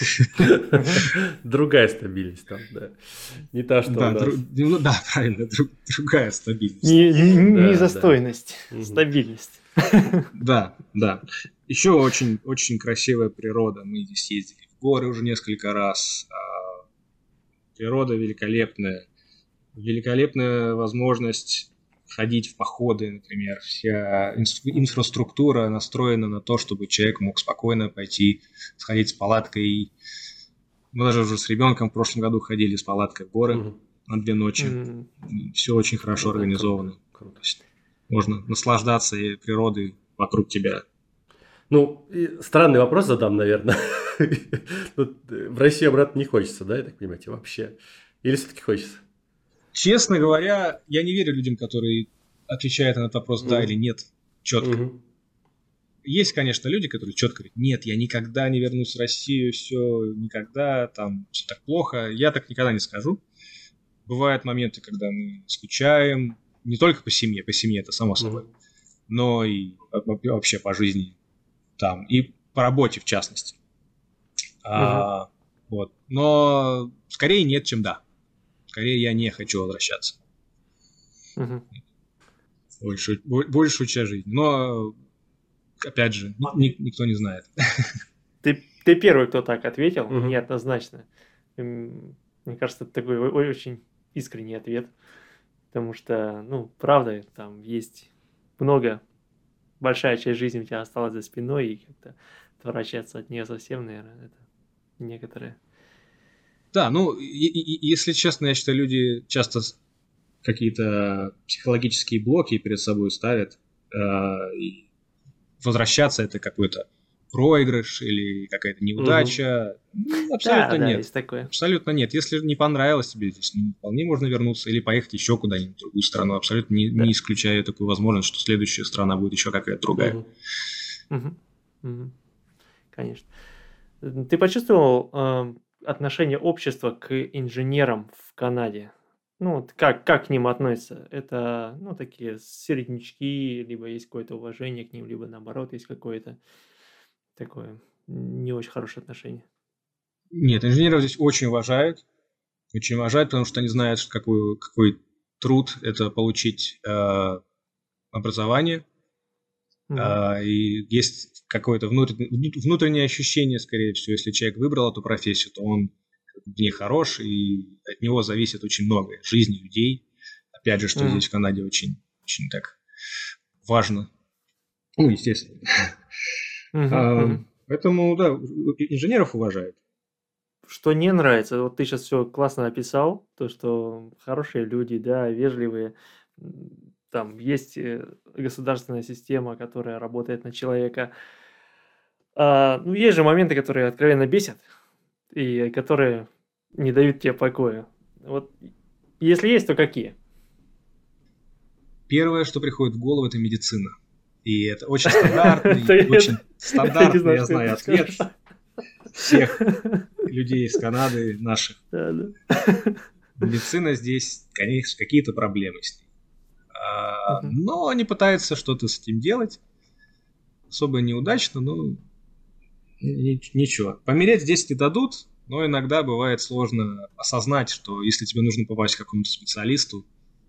Другая стабильность там, да. Не та, что у нас. Да, правильно, другая стабильность. Не застойность, стабильность. Да. Еще очень, очень красивая природа. Мы здесь ездили в горы уже несколько раз. Природа великолепная. Великолепная возможность ходить в походы, например. Вся инфраструктура настроена на то, чтобы человек мог спокойно пойти, сходить с палаткой. Мы даже уже с ребенком в прошлом году ходили с палаткой в горы на 2 ночи. Все очень хорошо организовано. Круто. Можно наслаждаться природой вокруг тебя. Ну, странный вопрос задам, наверное. В Россию обратно не хочется, да, я так понимаю, вообще? Или все-таки хочется? Честно говоря, я не верю людям, которые отвечают на этот вопрос да или нет четко. Есть, конечно, люди, которые четко говорят: нет, я никогда не вернусь в Россию, все, никогда, там все так плохо. Я так никогда не скажу. Бывают моменты, когда мы скучаем, не только по семье это само собой, но и вообще по жизни там, и по работе в частности. Вот. Но скорее нет, чем да. Скорее я не хочу возвращаться. Большую часть жизни. Но, опять же, никто не знает. Ты первый, кто так ответил, неоднозначно. Мне кажется, это такой очень искренний ответ. Потому что, ну, правда, там есть большая часть жизни у тебя осталась за спиной, и как-то отворачиваться от нее совсем, наверное, это некоторые. Да, ну, если честно, я считаю, люди часто какие-то психологические блоки перед собой ставят, и возвращаться это какой-то проигрыш или какая-то неудача. Абсолютно нет. Есть такое. Абсолютно нет. Если не понравилось тебе здесь, вполне можно вернуться или поехать еще куда-нибудь в другую страну. Абсолютно не исключаю такую возможность, что следующая страна будет еще какая-то другая. Конечно. Ты почувствовал отношение общества к инженерам в Канаде? Как к ним относятся? Это, такие середнячки, либо есть какое-то уважение к ним, либо наоборот есть какое-то такое не очень хорошее отношение. Нет, инженеров здесь очень уважают, потому что они знают, какой труд это получить образование. И есть какое-то внутреннее ощущение, скорее всего, если человек выбрал эту профессию, то он в ней хорош, и от него зависит очень многое. Жизни людей. Опять же, что здесь в Канаде очень, очень так важно. Естественно. Поэтому, да, инженеров уважают. Что не нравится, вот ты сейчас все классно описал, то, что хорошие люди, да, вежливые, там есть государственная система, которая работает на человека. Есть же моменты, которые откровенно бесят, и которые не дают тебе покоя. Вот если есть, то какие? Первое, что приходит в голову, это медицина. И это очень стандартный, я знаю, ответ всех людей из Канады наших. Медицина здесь, конечно, какие-то проблемы с ней. Но они пытаются что-то с этим делать. Особо неудачно, но ничего. Помереть здесь не дадут, но иногда бывает сложно осознать, что если тебе нужно попасть к какому-то специалисту,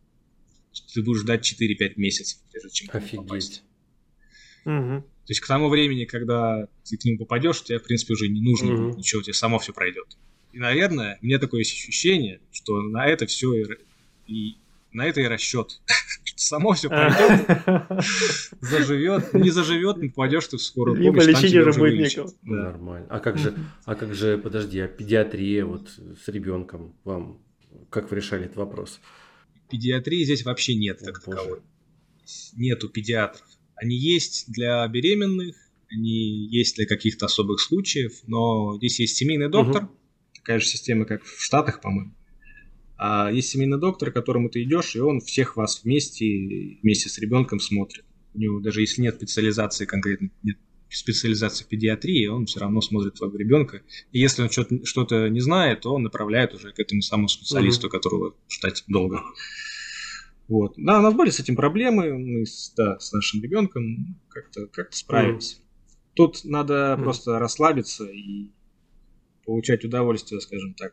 ты будешь ждать 4-5 месяцев, прежде чем к нему попасть. То есть к тому времени, когда ты к нему попадешь, тебе, в принципе, уже не нужно будет ничего, тебе само все пройдет. И, наверное, мне такое есть ощущение, что на это все и расчет. Само все пройдет, заживет, не заживет, не попадешь ты в скорую помощь. Либо лечить уже будет некого. Нормально. А как же, подожди, педиатрия вот с ребенком вам, как вы решали этот вопрос? Педиатрии здесь вообще нет как таковой. Нету педиатров. Они есть для беременных, они есть для каких-то особых случаев, но здесь есть семейный доктор, такая же система, как в Штатах, по-моему. А есть семейный доктор, к которому ты идешь, и он всех вас вместе с ребенком смотрит. У него даже если нет специализации конкретно, нет специализации в педиатрии, он все равно смотрит твоего ребенка. И если он что-то не знает, то он направляет уже к этому самому специалисту, которого ждать долго. Вот. Да, у нас были с этим проблемы, мы с нашим ребенком как-то справились. Тут надо просто расслабиться и получать удовольствие, скажем так.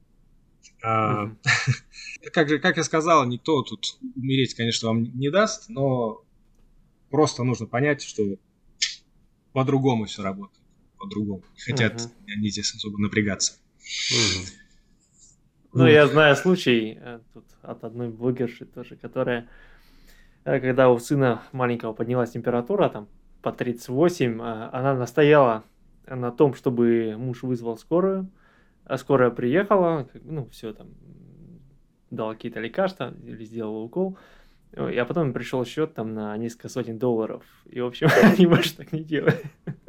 Как я сказал, никто тут умереть, конечно, вам не даст, но просто нужно понять, что по-другому все работает. По-другому. Не хотят они здесь особо напрягаться. Я знаю случай тут от одной блогерши тоже, которая, когда у сына маленького поднялась температура там по 38, она настояла на том, чтобы муж вызвал скорую, а скорая приехала, все там, дала какие-то лекарства или сделала укол, а потом пришел счет там на несколько сотен $. И, в общем, они больше так не делают.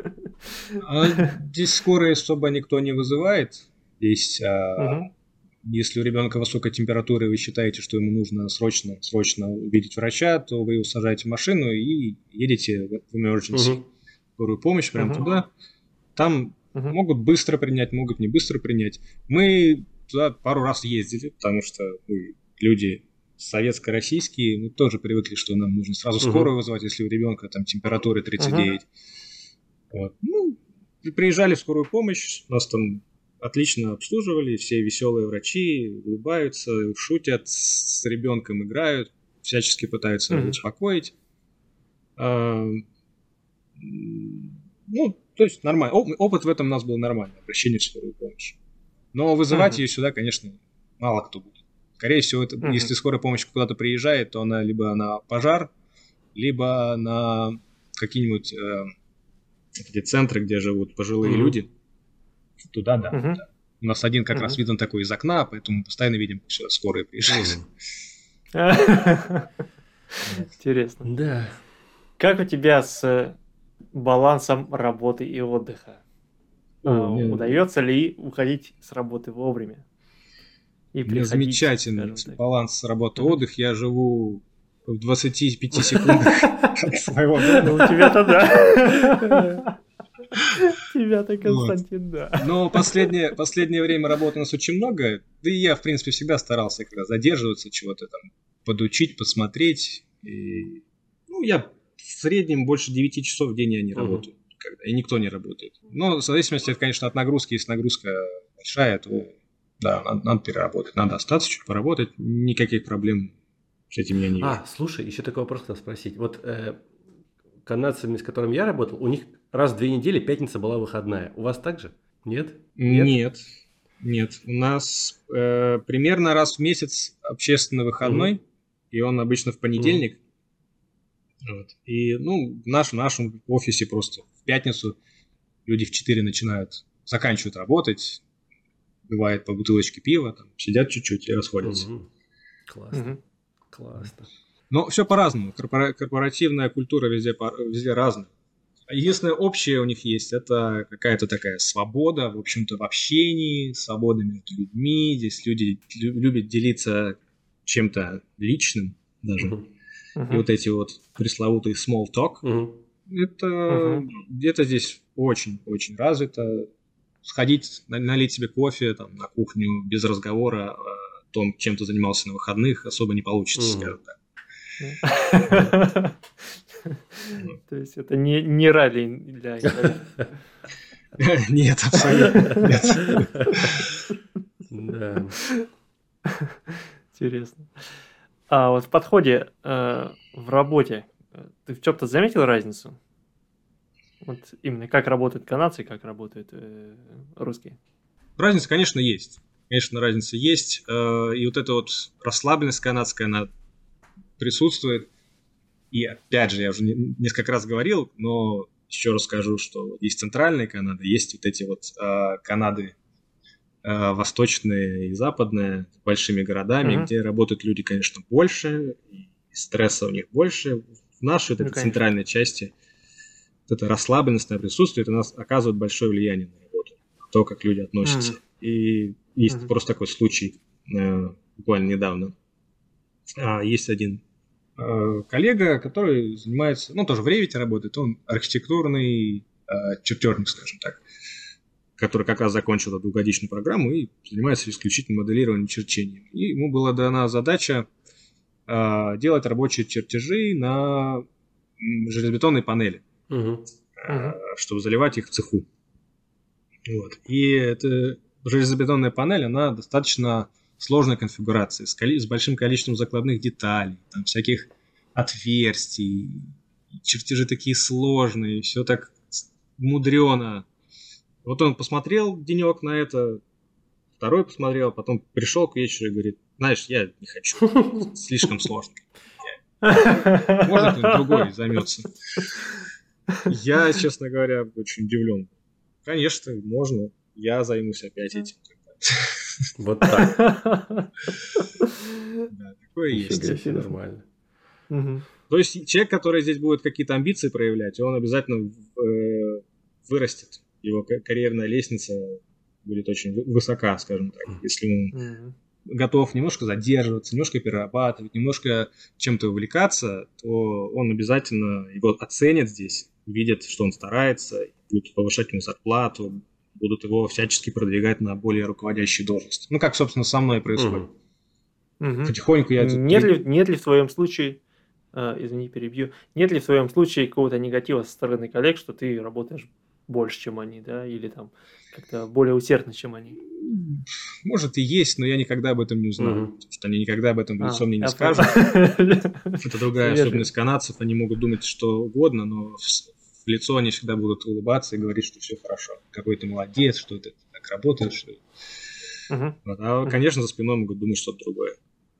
Здесь скорые особо никто не вызывает. Здесь... Если у ребенка высокая температура, и вы считаете, что ему нужно срочно увидеть врача, то вы его сажаете в машину и едете в emergency, скорую помощь прямо туда. Там могут быстро принять, могут не быстро принять. Мы туда пару раз ездили, потому что мы люди советско-российские, мы тоже привыкли, что нам нужно сразу скорую вызывать, если у ребенка там температура 39. Вот. Приезжали в скорую помощь, нас там отлично обслуживали, все веселые врачи, улыбаются, шутят, с ребенком играют, всячески пытаются успокоить. То есть нормально. Опыт в этом у нас был нормальный, обращение в скорую помощь. Но вызывать ее сюда, конечно, мало кто будет. Скорее всего, если скорая помощь куда-то приезжает, то она либо на пожар, либо на какие-нибудь эти центры, где живут пожилые люди. Туда, да. У нас один как раз виден такой из окна, поэтому мы постоянно видим, что скорые приезжают. Интересно. Да. Как у тебя с балансом работы и отдыха? Удается ли уходить с работы вовремя? У меня замечательный баланс работы и отдыха. Я живу в 25 секундах от своего дома. У тебя-то да. Тебя-то, Константин, да. Но последнее время работы у нас очень много. Да и я, в принципе, всегда старался когда задерживаться, чего-то там подучить, посмотреть. Я в среднем больше 9 часов в день я не работаю. И никто не работает. Но в зависимости, конечно, от нагрузки. Если нагрузка большая, то да, надо переработать. Надо остаться, чуть поработать. Никаких проблем с этим я не вижу. Слушай, еще такой вопрос хотел спросить. Вот канадцами, с которыми я работал, у них раз в 2 недели пятница была выходная. У вас так же? Нет? Нет. У нас примерно раз в месяц общественный выходной, и он обычно в понедельник. Вот. И в нашем офисе просто в пятницу люди в 4 заканчивают работать, бывает по бутылочке пива, там, сидят чуть-чуть и расходятся. Классно. Классно. Но все по-разному. Корпоративная культура везде разная. Единственное общее у них есть, это какая-то такая свобода, в общем-то, в общении, свобода между людьми. Здесь люди любят делиться чем-то личным даже. И вот эти вот пресловутые small talk, это где-то здесь очень-очень развито. Сходить, налить себе кофе там, на кухню без разговора о том, чем ты занимался на выходных, особо не получится, скажем так. То есть это не ралли для инвалидов? Нет, абсолютно нет. Да. Интересно. А вот в подходе в работе ты в чем-то заметил разницу? Вот именно как работают канадцы, как работают русские? Разница, конечно, есть. Разница есть. И вот эта вот расслабленность канадская, она присутствует. И опять же, я уже несколько раз говорил, но еще раз скажу, что есть центральная Канада, есть вот эти вот Канады восточные и западные, с большими городами, где работают люди, конечно, больше, и стресса у них больше. В нашей вот этой центральной части вот эта расслабленность, она присутствует, и у нас оказывает большое влияние на работу, то, как люди относятся. И есть просто такой случай буквально недавно. Есть один коллега, который занимается, тоже в Revit работает, он архитектурный чертежник, скажем так, который как раз закончил эту двухгодичную программу и занимается исключительно моделированием черчением. И ему была дана задача делать рабочие чертежи на железобетонной панели, чтобы заливать их в цеху. Вот. И эта железобетонная панель, она достаточно сложной конфигурации, с большим количеством закладных деталей, там всяких отверстий, чертежи такие сложные, все так мудрено. Вот он посмотрел денек на это, второй посмотрел, потом пришел к вечеру и говорит: знаешь, я не хочу, слишком сложно. Можно кто-нибудь другой займется? Я, честно говоря, очень удивлен. Конечно, можно, я займусь опять этим. Вот так. Да, такое есть. Нормально. То есть человек, который здесь будет какие-то амбиции проявлять, он обязательно вырастет. Его карьерная лестница будет очень высока, скажем так. Если он готов немножко задерживаться, немножко перерабатывать, немножко чем-то увлекаться, то он обязательно его оценит здесь, видит, что он старается, будут повышать ему зарплату, будут его всячески продвигать на более руководящие должности. Как, собственно, со мной происходит. Потихоньку я... Нет ли в твоем случае, извини, перебью, нет ли в твоем случае какого-то негатива со стороны коллег, что ты работаешь больше, чем они, да, или там как-то более усердно, чем они? Может и есть, но я никогда об этом не узнаю, потому что они никогда об этом в лицо мне не скажут. Это другая особенность канадцев, они могут думать что угодно, но в лицо они всегда будут улыбаться и говорить, что все хорошо, какой ты молодец, что ты так работаешь. Конечно, за спиной могут думать что-то другое.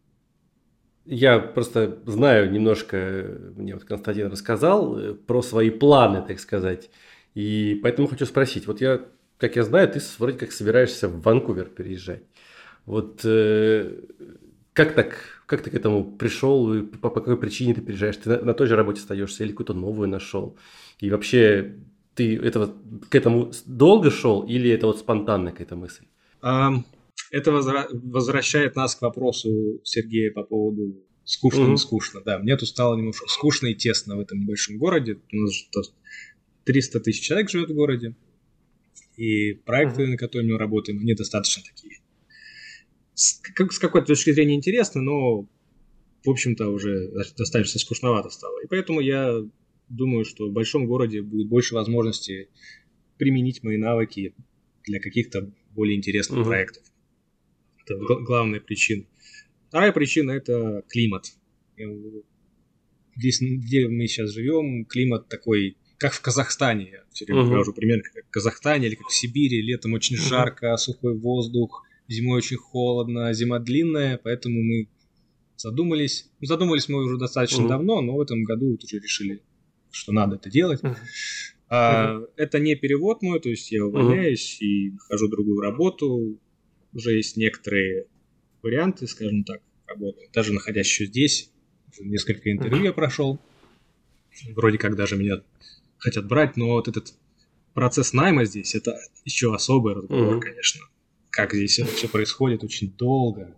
Я просто знаю немножко, мне вот Константин рассказал про свои планы, так сказать. И поэтому хочу спросить, вот как я знаю, ты вроде как собираешься в Ванкувер переезжать. Вот Как ты к этому пришел, и по какой причине ты приезжаешь? Ты на той же работе остаешься или какую-то новую нашел? И вообще, ты к этому долго шел или это вот спонтанно какая-то мысль? Это возвращает нас к вопросу Сергея по поводу скучно, не скучно. Да, мне тут стало немножко скучно и тесно в этом небольшом городе. У нас же 300 тысяч человек живет в городе, и проекты, на которых мы работаем, они достаточно такие. С какой-то точки зрения интересно, но, в общем-то, уже достаточно скучновато стало. И поэтому я думаю, что в большом городе будет больше возможностей применить мои навыки для каких-то более интересных проектов. Это главная причина. Вторая причина – это климат. Здесь, где мы сейчас живем, климат такой, как в Казахстане. Я все время привожу пример, как в Казахстане или как в Сибири. Летом очень жарко, сухой воздух, зимой очень холодно, зима длинная, поэтому мы задумались. Задумались мы уже достаточно давно, но в этом году вот уже решили, что надо это делать. Это не перевод мой, то есть я увольняюсь и нахожу другую работу. Уже есть некоторые варианты, скажем так, работы. Даже находясь еще здесь, несколько интервью я прошел. Вроде как даже меня хотят брать, но вот этот процесс найма здесь, это еще особый разговор, конечно. Как здесь это все происходит очень долго.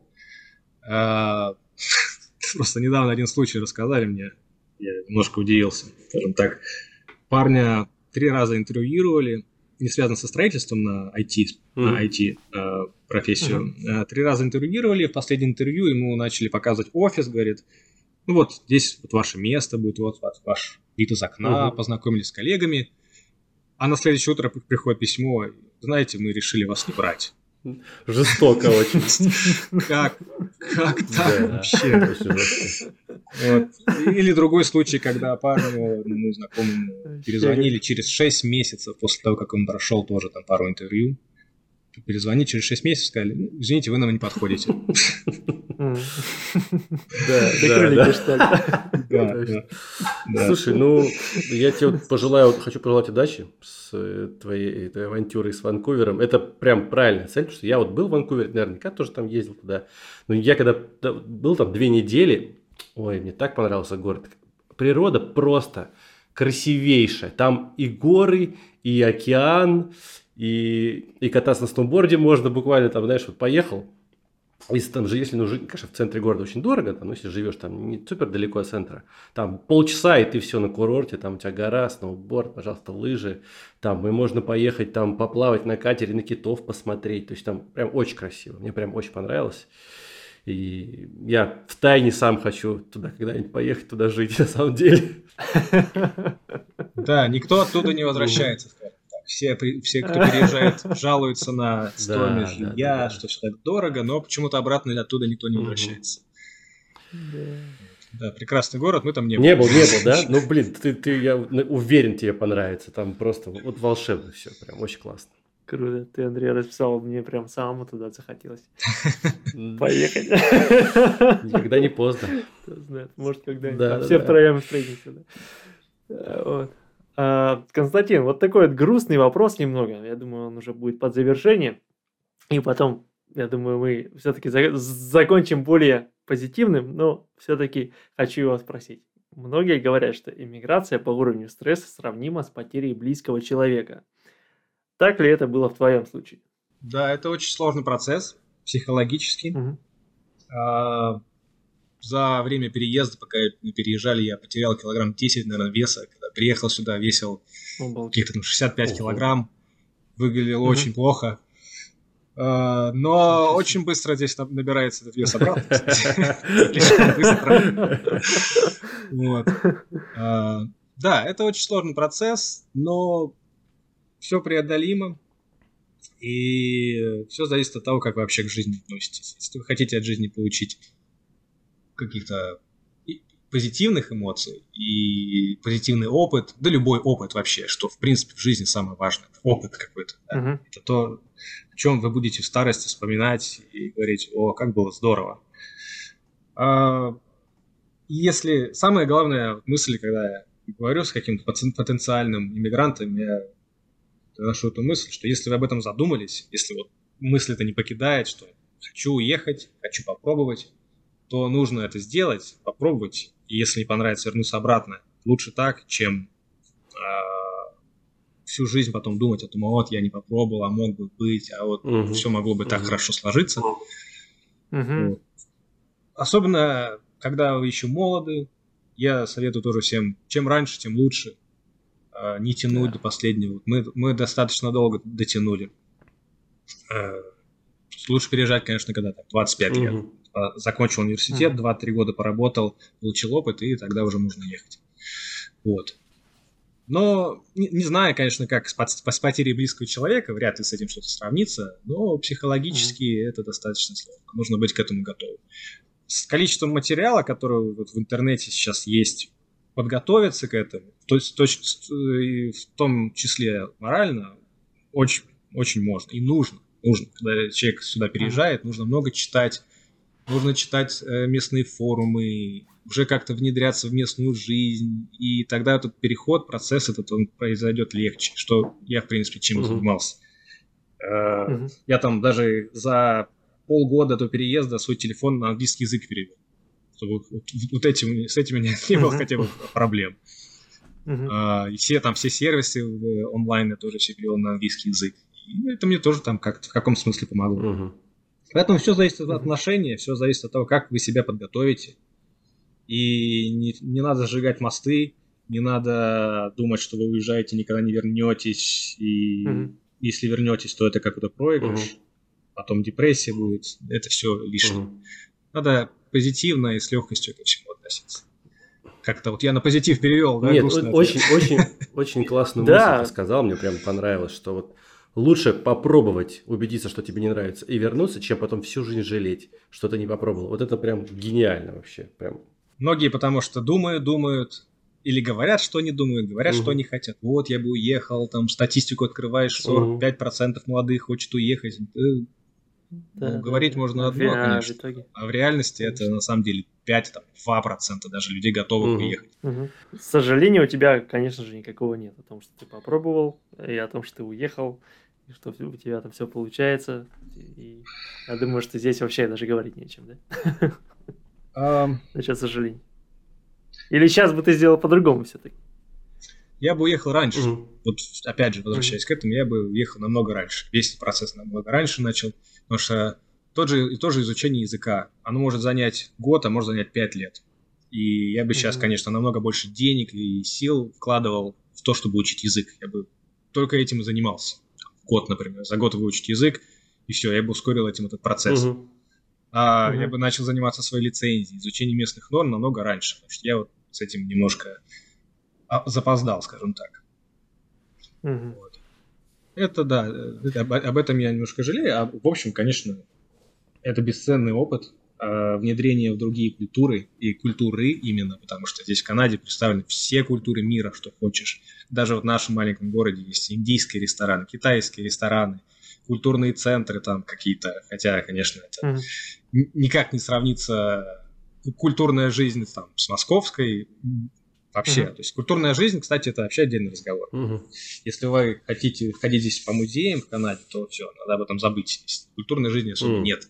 Просто недавно один случай рассказали мне, я немножко удивился. Скажем так, парня 3 раза интервьюировали, не связано со строительством на IT профессию. 3 раза интервьюировали, в последнем интервью ему начали показывать офис, говорит, ну вот здесь вот ваше место будет, вот ваш вид из окна, познакомились с коллегами. А на следующее утро приходит письмо, знаете, мы решили вас не брать. Жестоко очень. Как так вообще? Или другой случай, когда парню, знакомому, перезвонили через 6 месяцев после того, как он прошел тоже там пару интервью. Перезвонили через 6 месяцев, сказали, извините, вы нам не подходите. Слушай, я тебе хочу пожелать удачи с твоей этой авантюрой с Ванкувером. Это прям правильная цель, потому что я вот был в Ванкувере, наверняка тоже там ездил туда. Но я когда был там 2 недели, ой, мне так понравился город. Природа просто красивейшая. Там и горы, и океан, и кататься на сноуборде можно буквально там, знаешь, вот поехал. Если там же, конечно, в центре города очень дорого, там, если живешь там не супер далеко от центра, там полчаса, и ты все на курорте, там у тебя гора, сноуборд, пожалуйста, лыжи, там, и можно поехать там поплавать на катере, на китов посмотреть, то есть там прям очень красиво, мне прям очень понравилось. И я втайне сам хочу туда когда-нибудь поехать, туда жить, на самом деле. Да, никто оттуда не возвращается, скажем так. Все, кто переезжает, жалуются на стоимость жилья, что все так дорого, но почему-то обратно оттуда никто не возвращается. Да, прекрасный город, мы там не были. Не был, да? Ну, блин, я уверен, тебе понравится. Там просто вот волшебно все, прям очень классно. Круто, ты, Андрей, расписал, мне прям самому туда захотелось поехать. Никогда не поздно. Кто знает, может, когда-нибудь все втроем встретимся. Вот. Константин, вот такой вот грустный вопрос немного. Я думаю, он уже будет под завершение. И потом, я думаю, мы все-таки закончим более позитивным, но все-таки хочу вас спросить. Многие говорят, что иммиграция по уровню стресса сравнима с потерей близкого человека. Так ли это было в твоем случае? Да, это очень сложный процесс, психологический. За время переезда, пока мы переезжали, я потерял килограмм 10, наверное, веса. Когда приехал сюда, весил каких-то там 65 килограмм. Выглядел очень плохо. Но очень быстро здесь набирается этот вес обратно. Слишком быстро. Да, это очень сложный процесс, но все преодолимо. И все зависит от того, как вы вообще к жизни относитесь. Если вы хотите от жизни получить каких-то позитивных эмоций и позитивный опыт, да любой опыт вообще, что в принципе в жизни самое важное, опыт какой-то. Да? Это то, о чем вы будете в старости вспоминать и говорить, о, как было здорово. Если самая главная мысль, когда я говорю с каким-то потенциальным иммигрантом, я доношу эту мысль, что если вы об этом задумались, если вот мысль это не покидает, что хочу уехать, хочу попробовать, то нужно это сделать, попробовать. И если не понравится, вернуться обратно. Лучше так, чем всю жизнь потом думать о том, вот я не попробовал, а мог бы быть, а вот все могло бы так хорошо сложиться. Вот. Особенно, когда вы еще молоды, я советую тоже всем, чем раньше, тем лучше. Не тянуть до последнего. Мы достаточно долго дотянули. Лучше переезжать, конечно, когда 25 лет. Закончил университет, 2-3 года поработал, получил опыт, и тогда уже можно ехать. Вот. Но не знаю, конечно, как с потерей близкого человека, вряд ли с этим что-то сравнится, но психологически это достаточно сложно. Нужно быть к этому готовым. С количеством материала, который вот в интернете сейчас есть, подготовиться к этому, то есть в том числе морально, очень, очень можно и нужно. Когда человек сюда переезжает, нужно много читать, нужно читать местные форумы, уже как-то внедряться в местную жизнь, и тогда этот переход, процесс этот, он произойдет легче, что я, в принципе, чем и занимался. Я там даже за полгода до переезда свой телефон на английский язык перевел, чтобы с этим у меня не было хотя бы проблем. И все сервисы онлайн я тоже все перевел на английский язык. И это мне тоже там в каком смысле помогло. Поэтому все зависит от отношения, все зависит от того, как вы себя подготовите. И не надо сжигать мосты, не надо думать, что вы уезжаете, никогда не вернетесь. И если вернетесь, то это какой-то проигрыш. Потом депрессия будет. Это все лишнее. Надо позитивно и с легкостью ко всему относиться. Как-то вот я на позитив перевел, да? Нет, очень классную мысль ты сказал, мне прям понравилось, что вот лучше попробовать убедиться, что тебе не нравится, и вернуться, чем потом всю жизнь жалеть, что ты не попробовал. Вот это прям гениально вообще. Прям. Многие потому что думают, или говорят, что не думают, говорят, что не хотят. Вот, я бы уехал, там статистику открываешь, 45% молодых хочет уехать. Говорить можно одно, конечно. А в реальности это на самом деле 5-2% даже людей готовы уехать. К сожалению, у тебя, конечно же, никакого нет о том, что ты попробовал, и о том, что ты уехал, и что у тебя там все получается. И я думаю, что здесь вообще даже говорить нечем, да? Насчет сожалений. Или сейчас бы ты сделал по-другому все-таки? Я бы уехал раньше. Вот опять же, возвращаясь к этому, я бы уехал намного раньше. Весь процесс намного раньше начал. Потому что тоже изучение языка, оно может занять год, а может занять 5 лет. И я бы сейчас, конечно, намного больше денег и сил вкладывал в то, чтобы учить язык. Я бы только этим и занимался. Год, например. За год выучить язык, и все, я бы ускорил этим этот процесс. Я бы начал заниматься своей лицензией, изучением местных норм намного раньше. Потому что я вот с этим немножко запоздал, скажем так. Вот. Это да, об этом я немножко жалею. А в общем, конечно, это бесценный опыт внедрения в другие культуры, и культуры именно, потому что здесь в Канаде представлены все культуры мира, что хочешь. Даже вот в нашем маленьком городе есть индийские рестораны, китайские рестораны, культурные центры там какие-то, хотя, конечно, это никак не сравнится культурная жизнь там с московской. Вообще, то есть культурная жизнь, кстати, это вообще отдельный разговор. Если вы хотите ходить здесь по музеям в Канаде, то все, надо об этом забыть. Культурной жизни особо нет.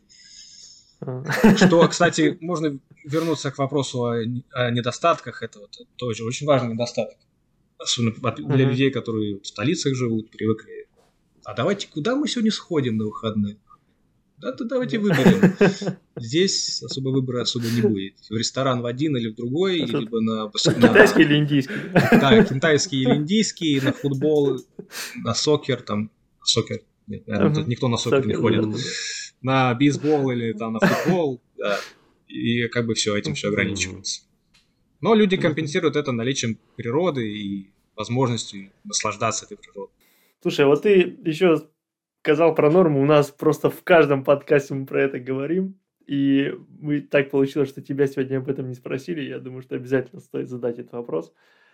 Что, кстати, можно вернуться к вопросу о недостатках. Это вот тоже очень важный недостаток. Особенно для людей, которые в столицах живут, привыкли. А давайте, куда мы сегодня сходим на выходные? Да-то давайте выберем. Здесь особо выбора особо не будет. В ресторан в один или в другой, либо на... Китайский или индийский? Да, китайский или индийский, на футбол, на сокер, там... Сокер? Нет, наверное, тут никто на сокер не ходит. На бейсбол или там на футбол, да. И как бы все, этим все ограничивается. Но люди компенсируют это наличием природы и возможностью наслаждаться этой природой. Слушай, вот ты еще сказал про норму, у нас просто в каждом подкасте мы про это говорим, и так получилось, что тебя сегодня об этом не спросили, я думаю, что обязательно стоит задать этот вопрос.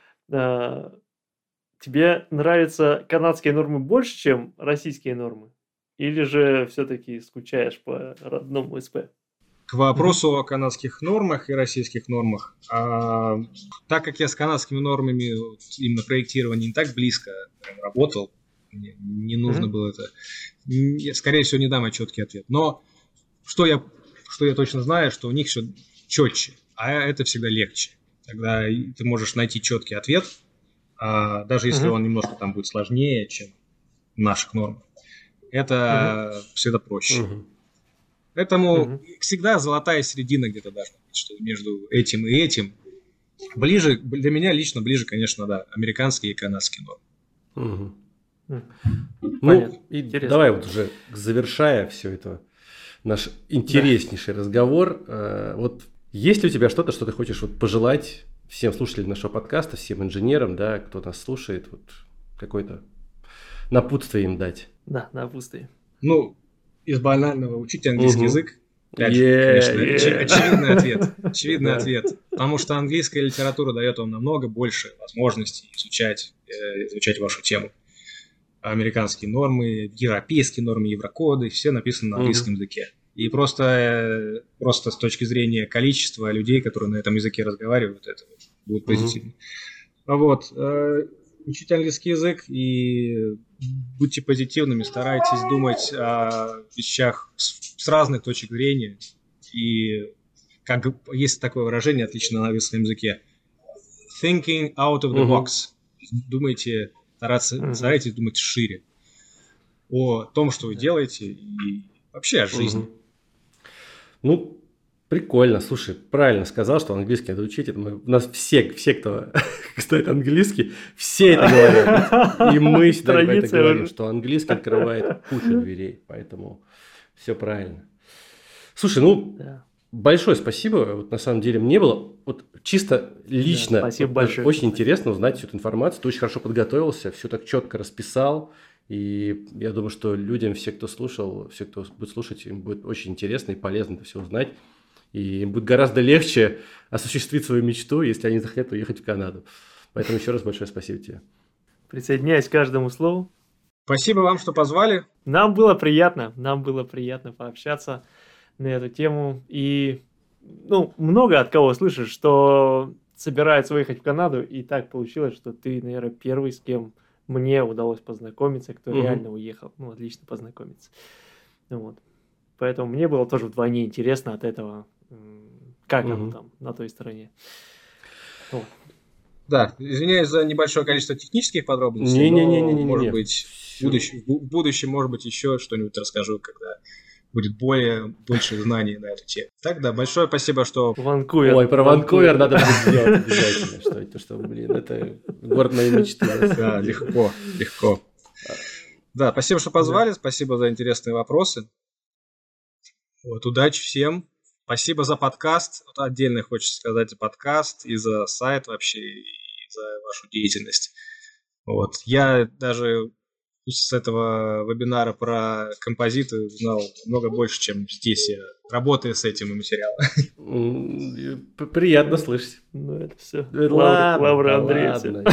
Тебе нравятся канадские нормы больше, чем российские нормы? Или же все-таки скучаешь по родному СП? К вопросу о канадских нормах и российских нормах. Так как я с канадскими нормами именно проектирования не так близко работал, не нужно было это. Я, скорее всего, не дам четкий ответ. Но что я точно знаю, что у них все четче, а это всегда легче. Тогда ты можешь найти четкий ответ, даже если он немножко там будет сложнее, чем в наших нормах. Это всегда проще. Поэтому всегда золотая середина где-то должна быть, что между этим и этим. Ближе, для меня лично ближе, конечно, да, американские и канадские нормы. Ну, и давай вот уже завершая все это, наш интереснейший разговор. Вот есть ли у тебя что-то, что ты хочешь вот пожелать всем слушателям нашего подкаста, всем инженерам, да, кто нас слушает, вот какое-то напутствие им дать? Да, напутствие. Ну, из банального учить английский язык. Очевидный ответ. Очевидный ответ. Потому что английская литература дает вам намного больше возможностей изучать вашу тему. Американские нормы, европейские нормы, еврокоды, все написаны на английском языке. И просто с точки зрения количества людей, которые на этом языке разговаривают, это будет позитивно. Вот. Учите английский язык и будьте позитивными, старайтесь думать о вещах с разных точек зрения. И как есть такое выражение, отлично на английском языке, thinking out of the box. Думайте, старайтесь думать шире о том, что вы делаете, и вообще о жизни. Ну, прикольно. Слушай, правильно сказал, что английский надо учить. У нас все, кто знает английский, все это говорят. И мы всегда про это говорим, что английский открывает кучу дверей. Поэтому все правильно. Слушай, большое спасибо. Вот на самом деле мне было вот чисто лично спасибо большое. Очень интересно узнать всю эту информацию. Ты очень хорошо подготовился, все так четко расписал. И я думаю, что людям, все, кто слушал, все, кто будет слушать, им будет очень интересно и полезно это все узнать. И им будет гораздо легче осуществить свою мечту, если они захотят уехать в Канаду. Поэтому еще раз большое спасибо тебе. Присоединяюсь к каждому слову. Спасибо вам, что позвали. Нам было приятно пообщаться на эту тему. И много от кого слышишь, что собираются уехать в Канаду, и так получилось, что ты, наверное, первый, с кем мне удалось познакомиться, кто реально уехал. Отлично познакомиться. Вот. Поэтому мне было тоже вдвойне интересно от этого, как оно там на той стороне. Вот. Да, извиняюсь за небольшое количество технических подробностей. Может быть, в будущем, может быть, еще что-нибудь расскажу, когда будет больше знаний на эту тему. Так, да, большое спасибо, что... Ванкувер. Ой, про Ванкувер надо будет сделать обязательно. Что, это город моей мечты. Да, легко. Да, спасибо, что позвали, спасибо за интересные вопросы. Вот, удачи всем. Спасибо за подкаст. Вот отдельно хочется сказать за подкаст и за сайт вообще, и за вашу деятельность. Вот. Я даже с этого вебинара про композиты узнал много больше, чем здесь я работаю с этим материалом. Приятно слышать. Это все. Лавра Андреевна.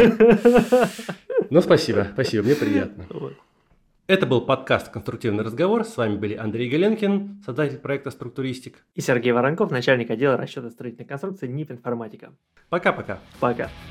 Спасибо, мне приятно. Это был подкаст «Конструктивный разговор». С вами были Андрей Галенкин, создатель проекта «Структуристик». И Сергей Воронков, начальник отдела расчета строительной конструкции НИП Информатика. Пока-пока. Пока.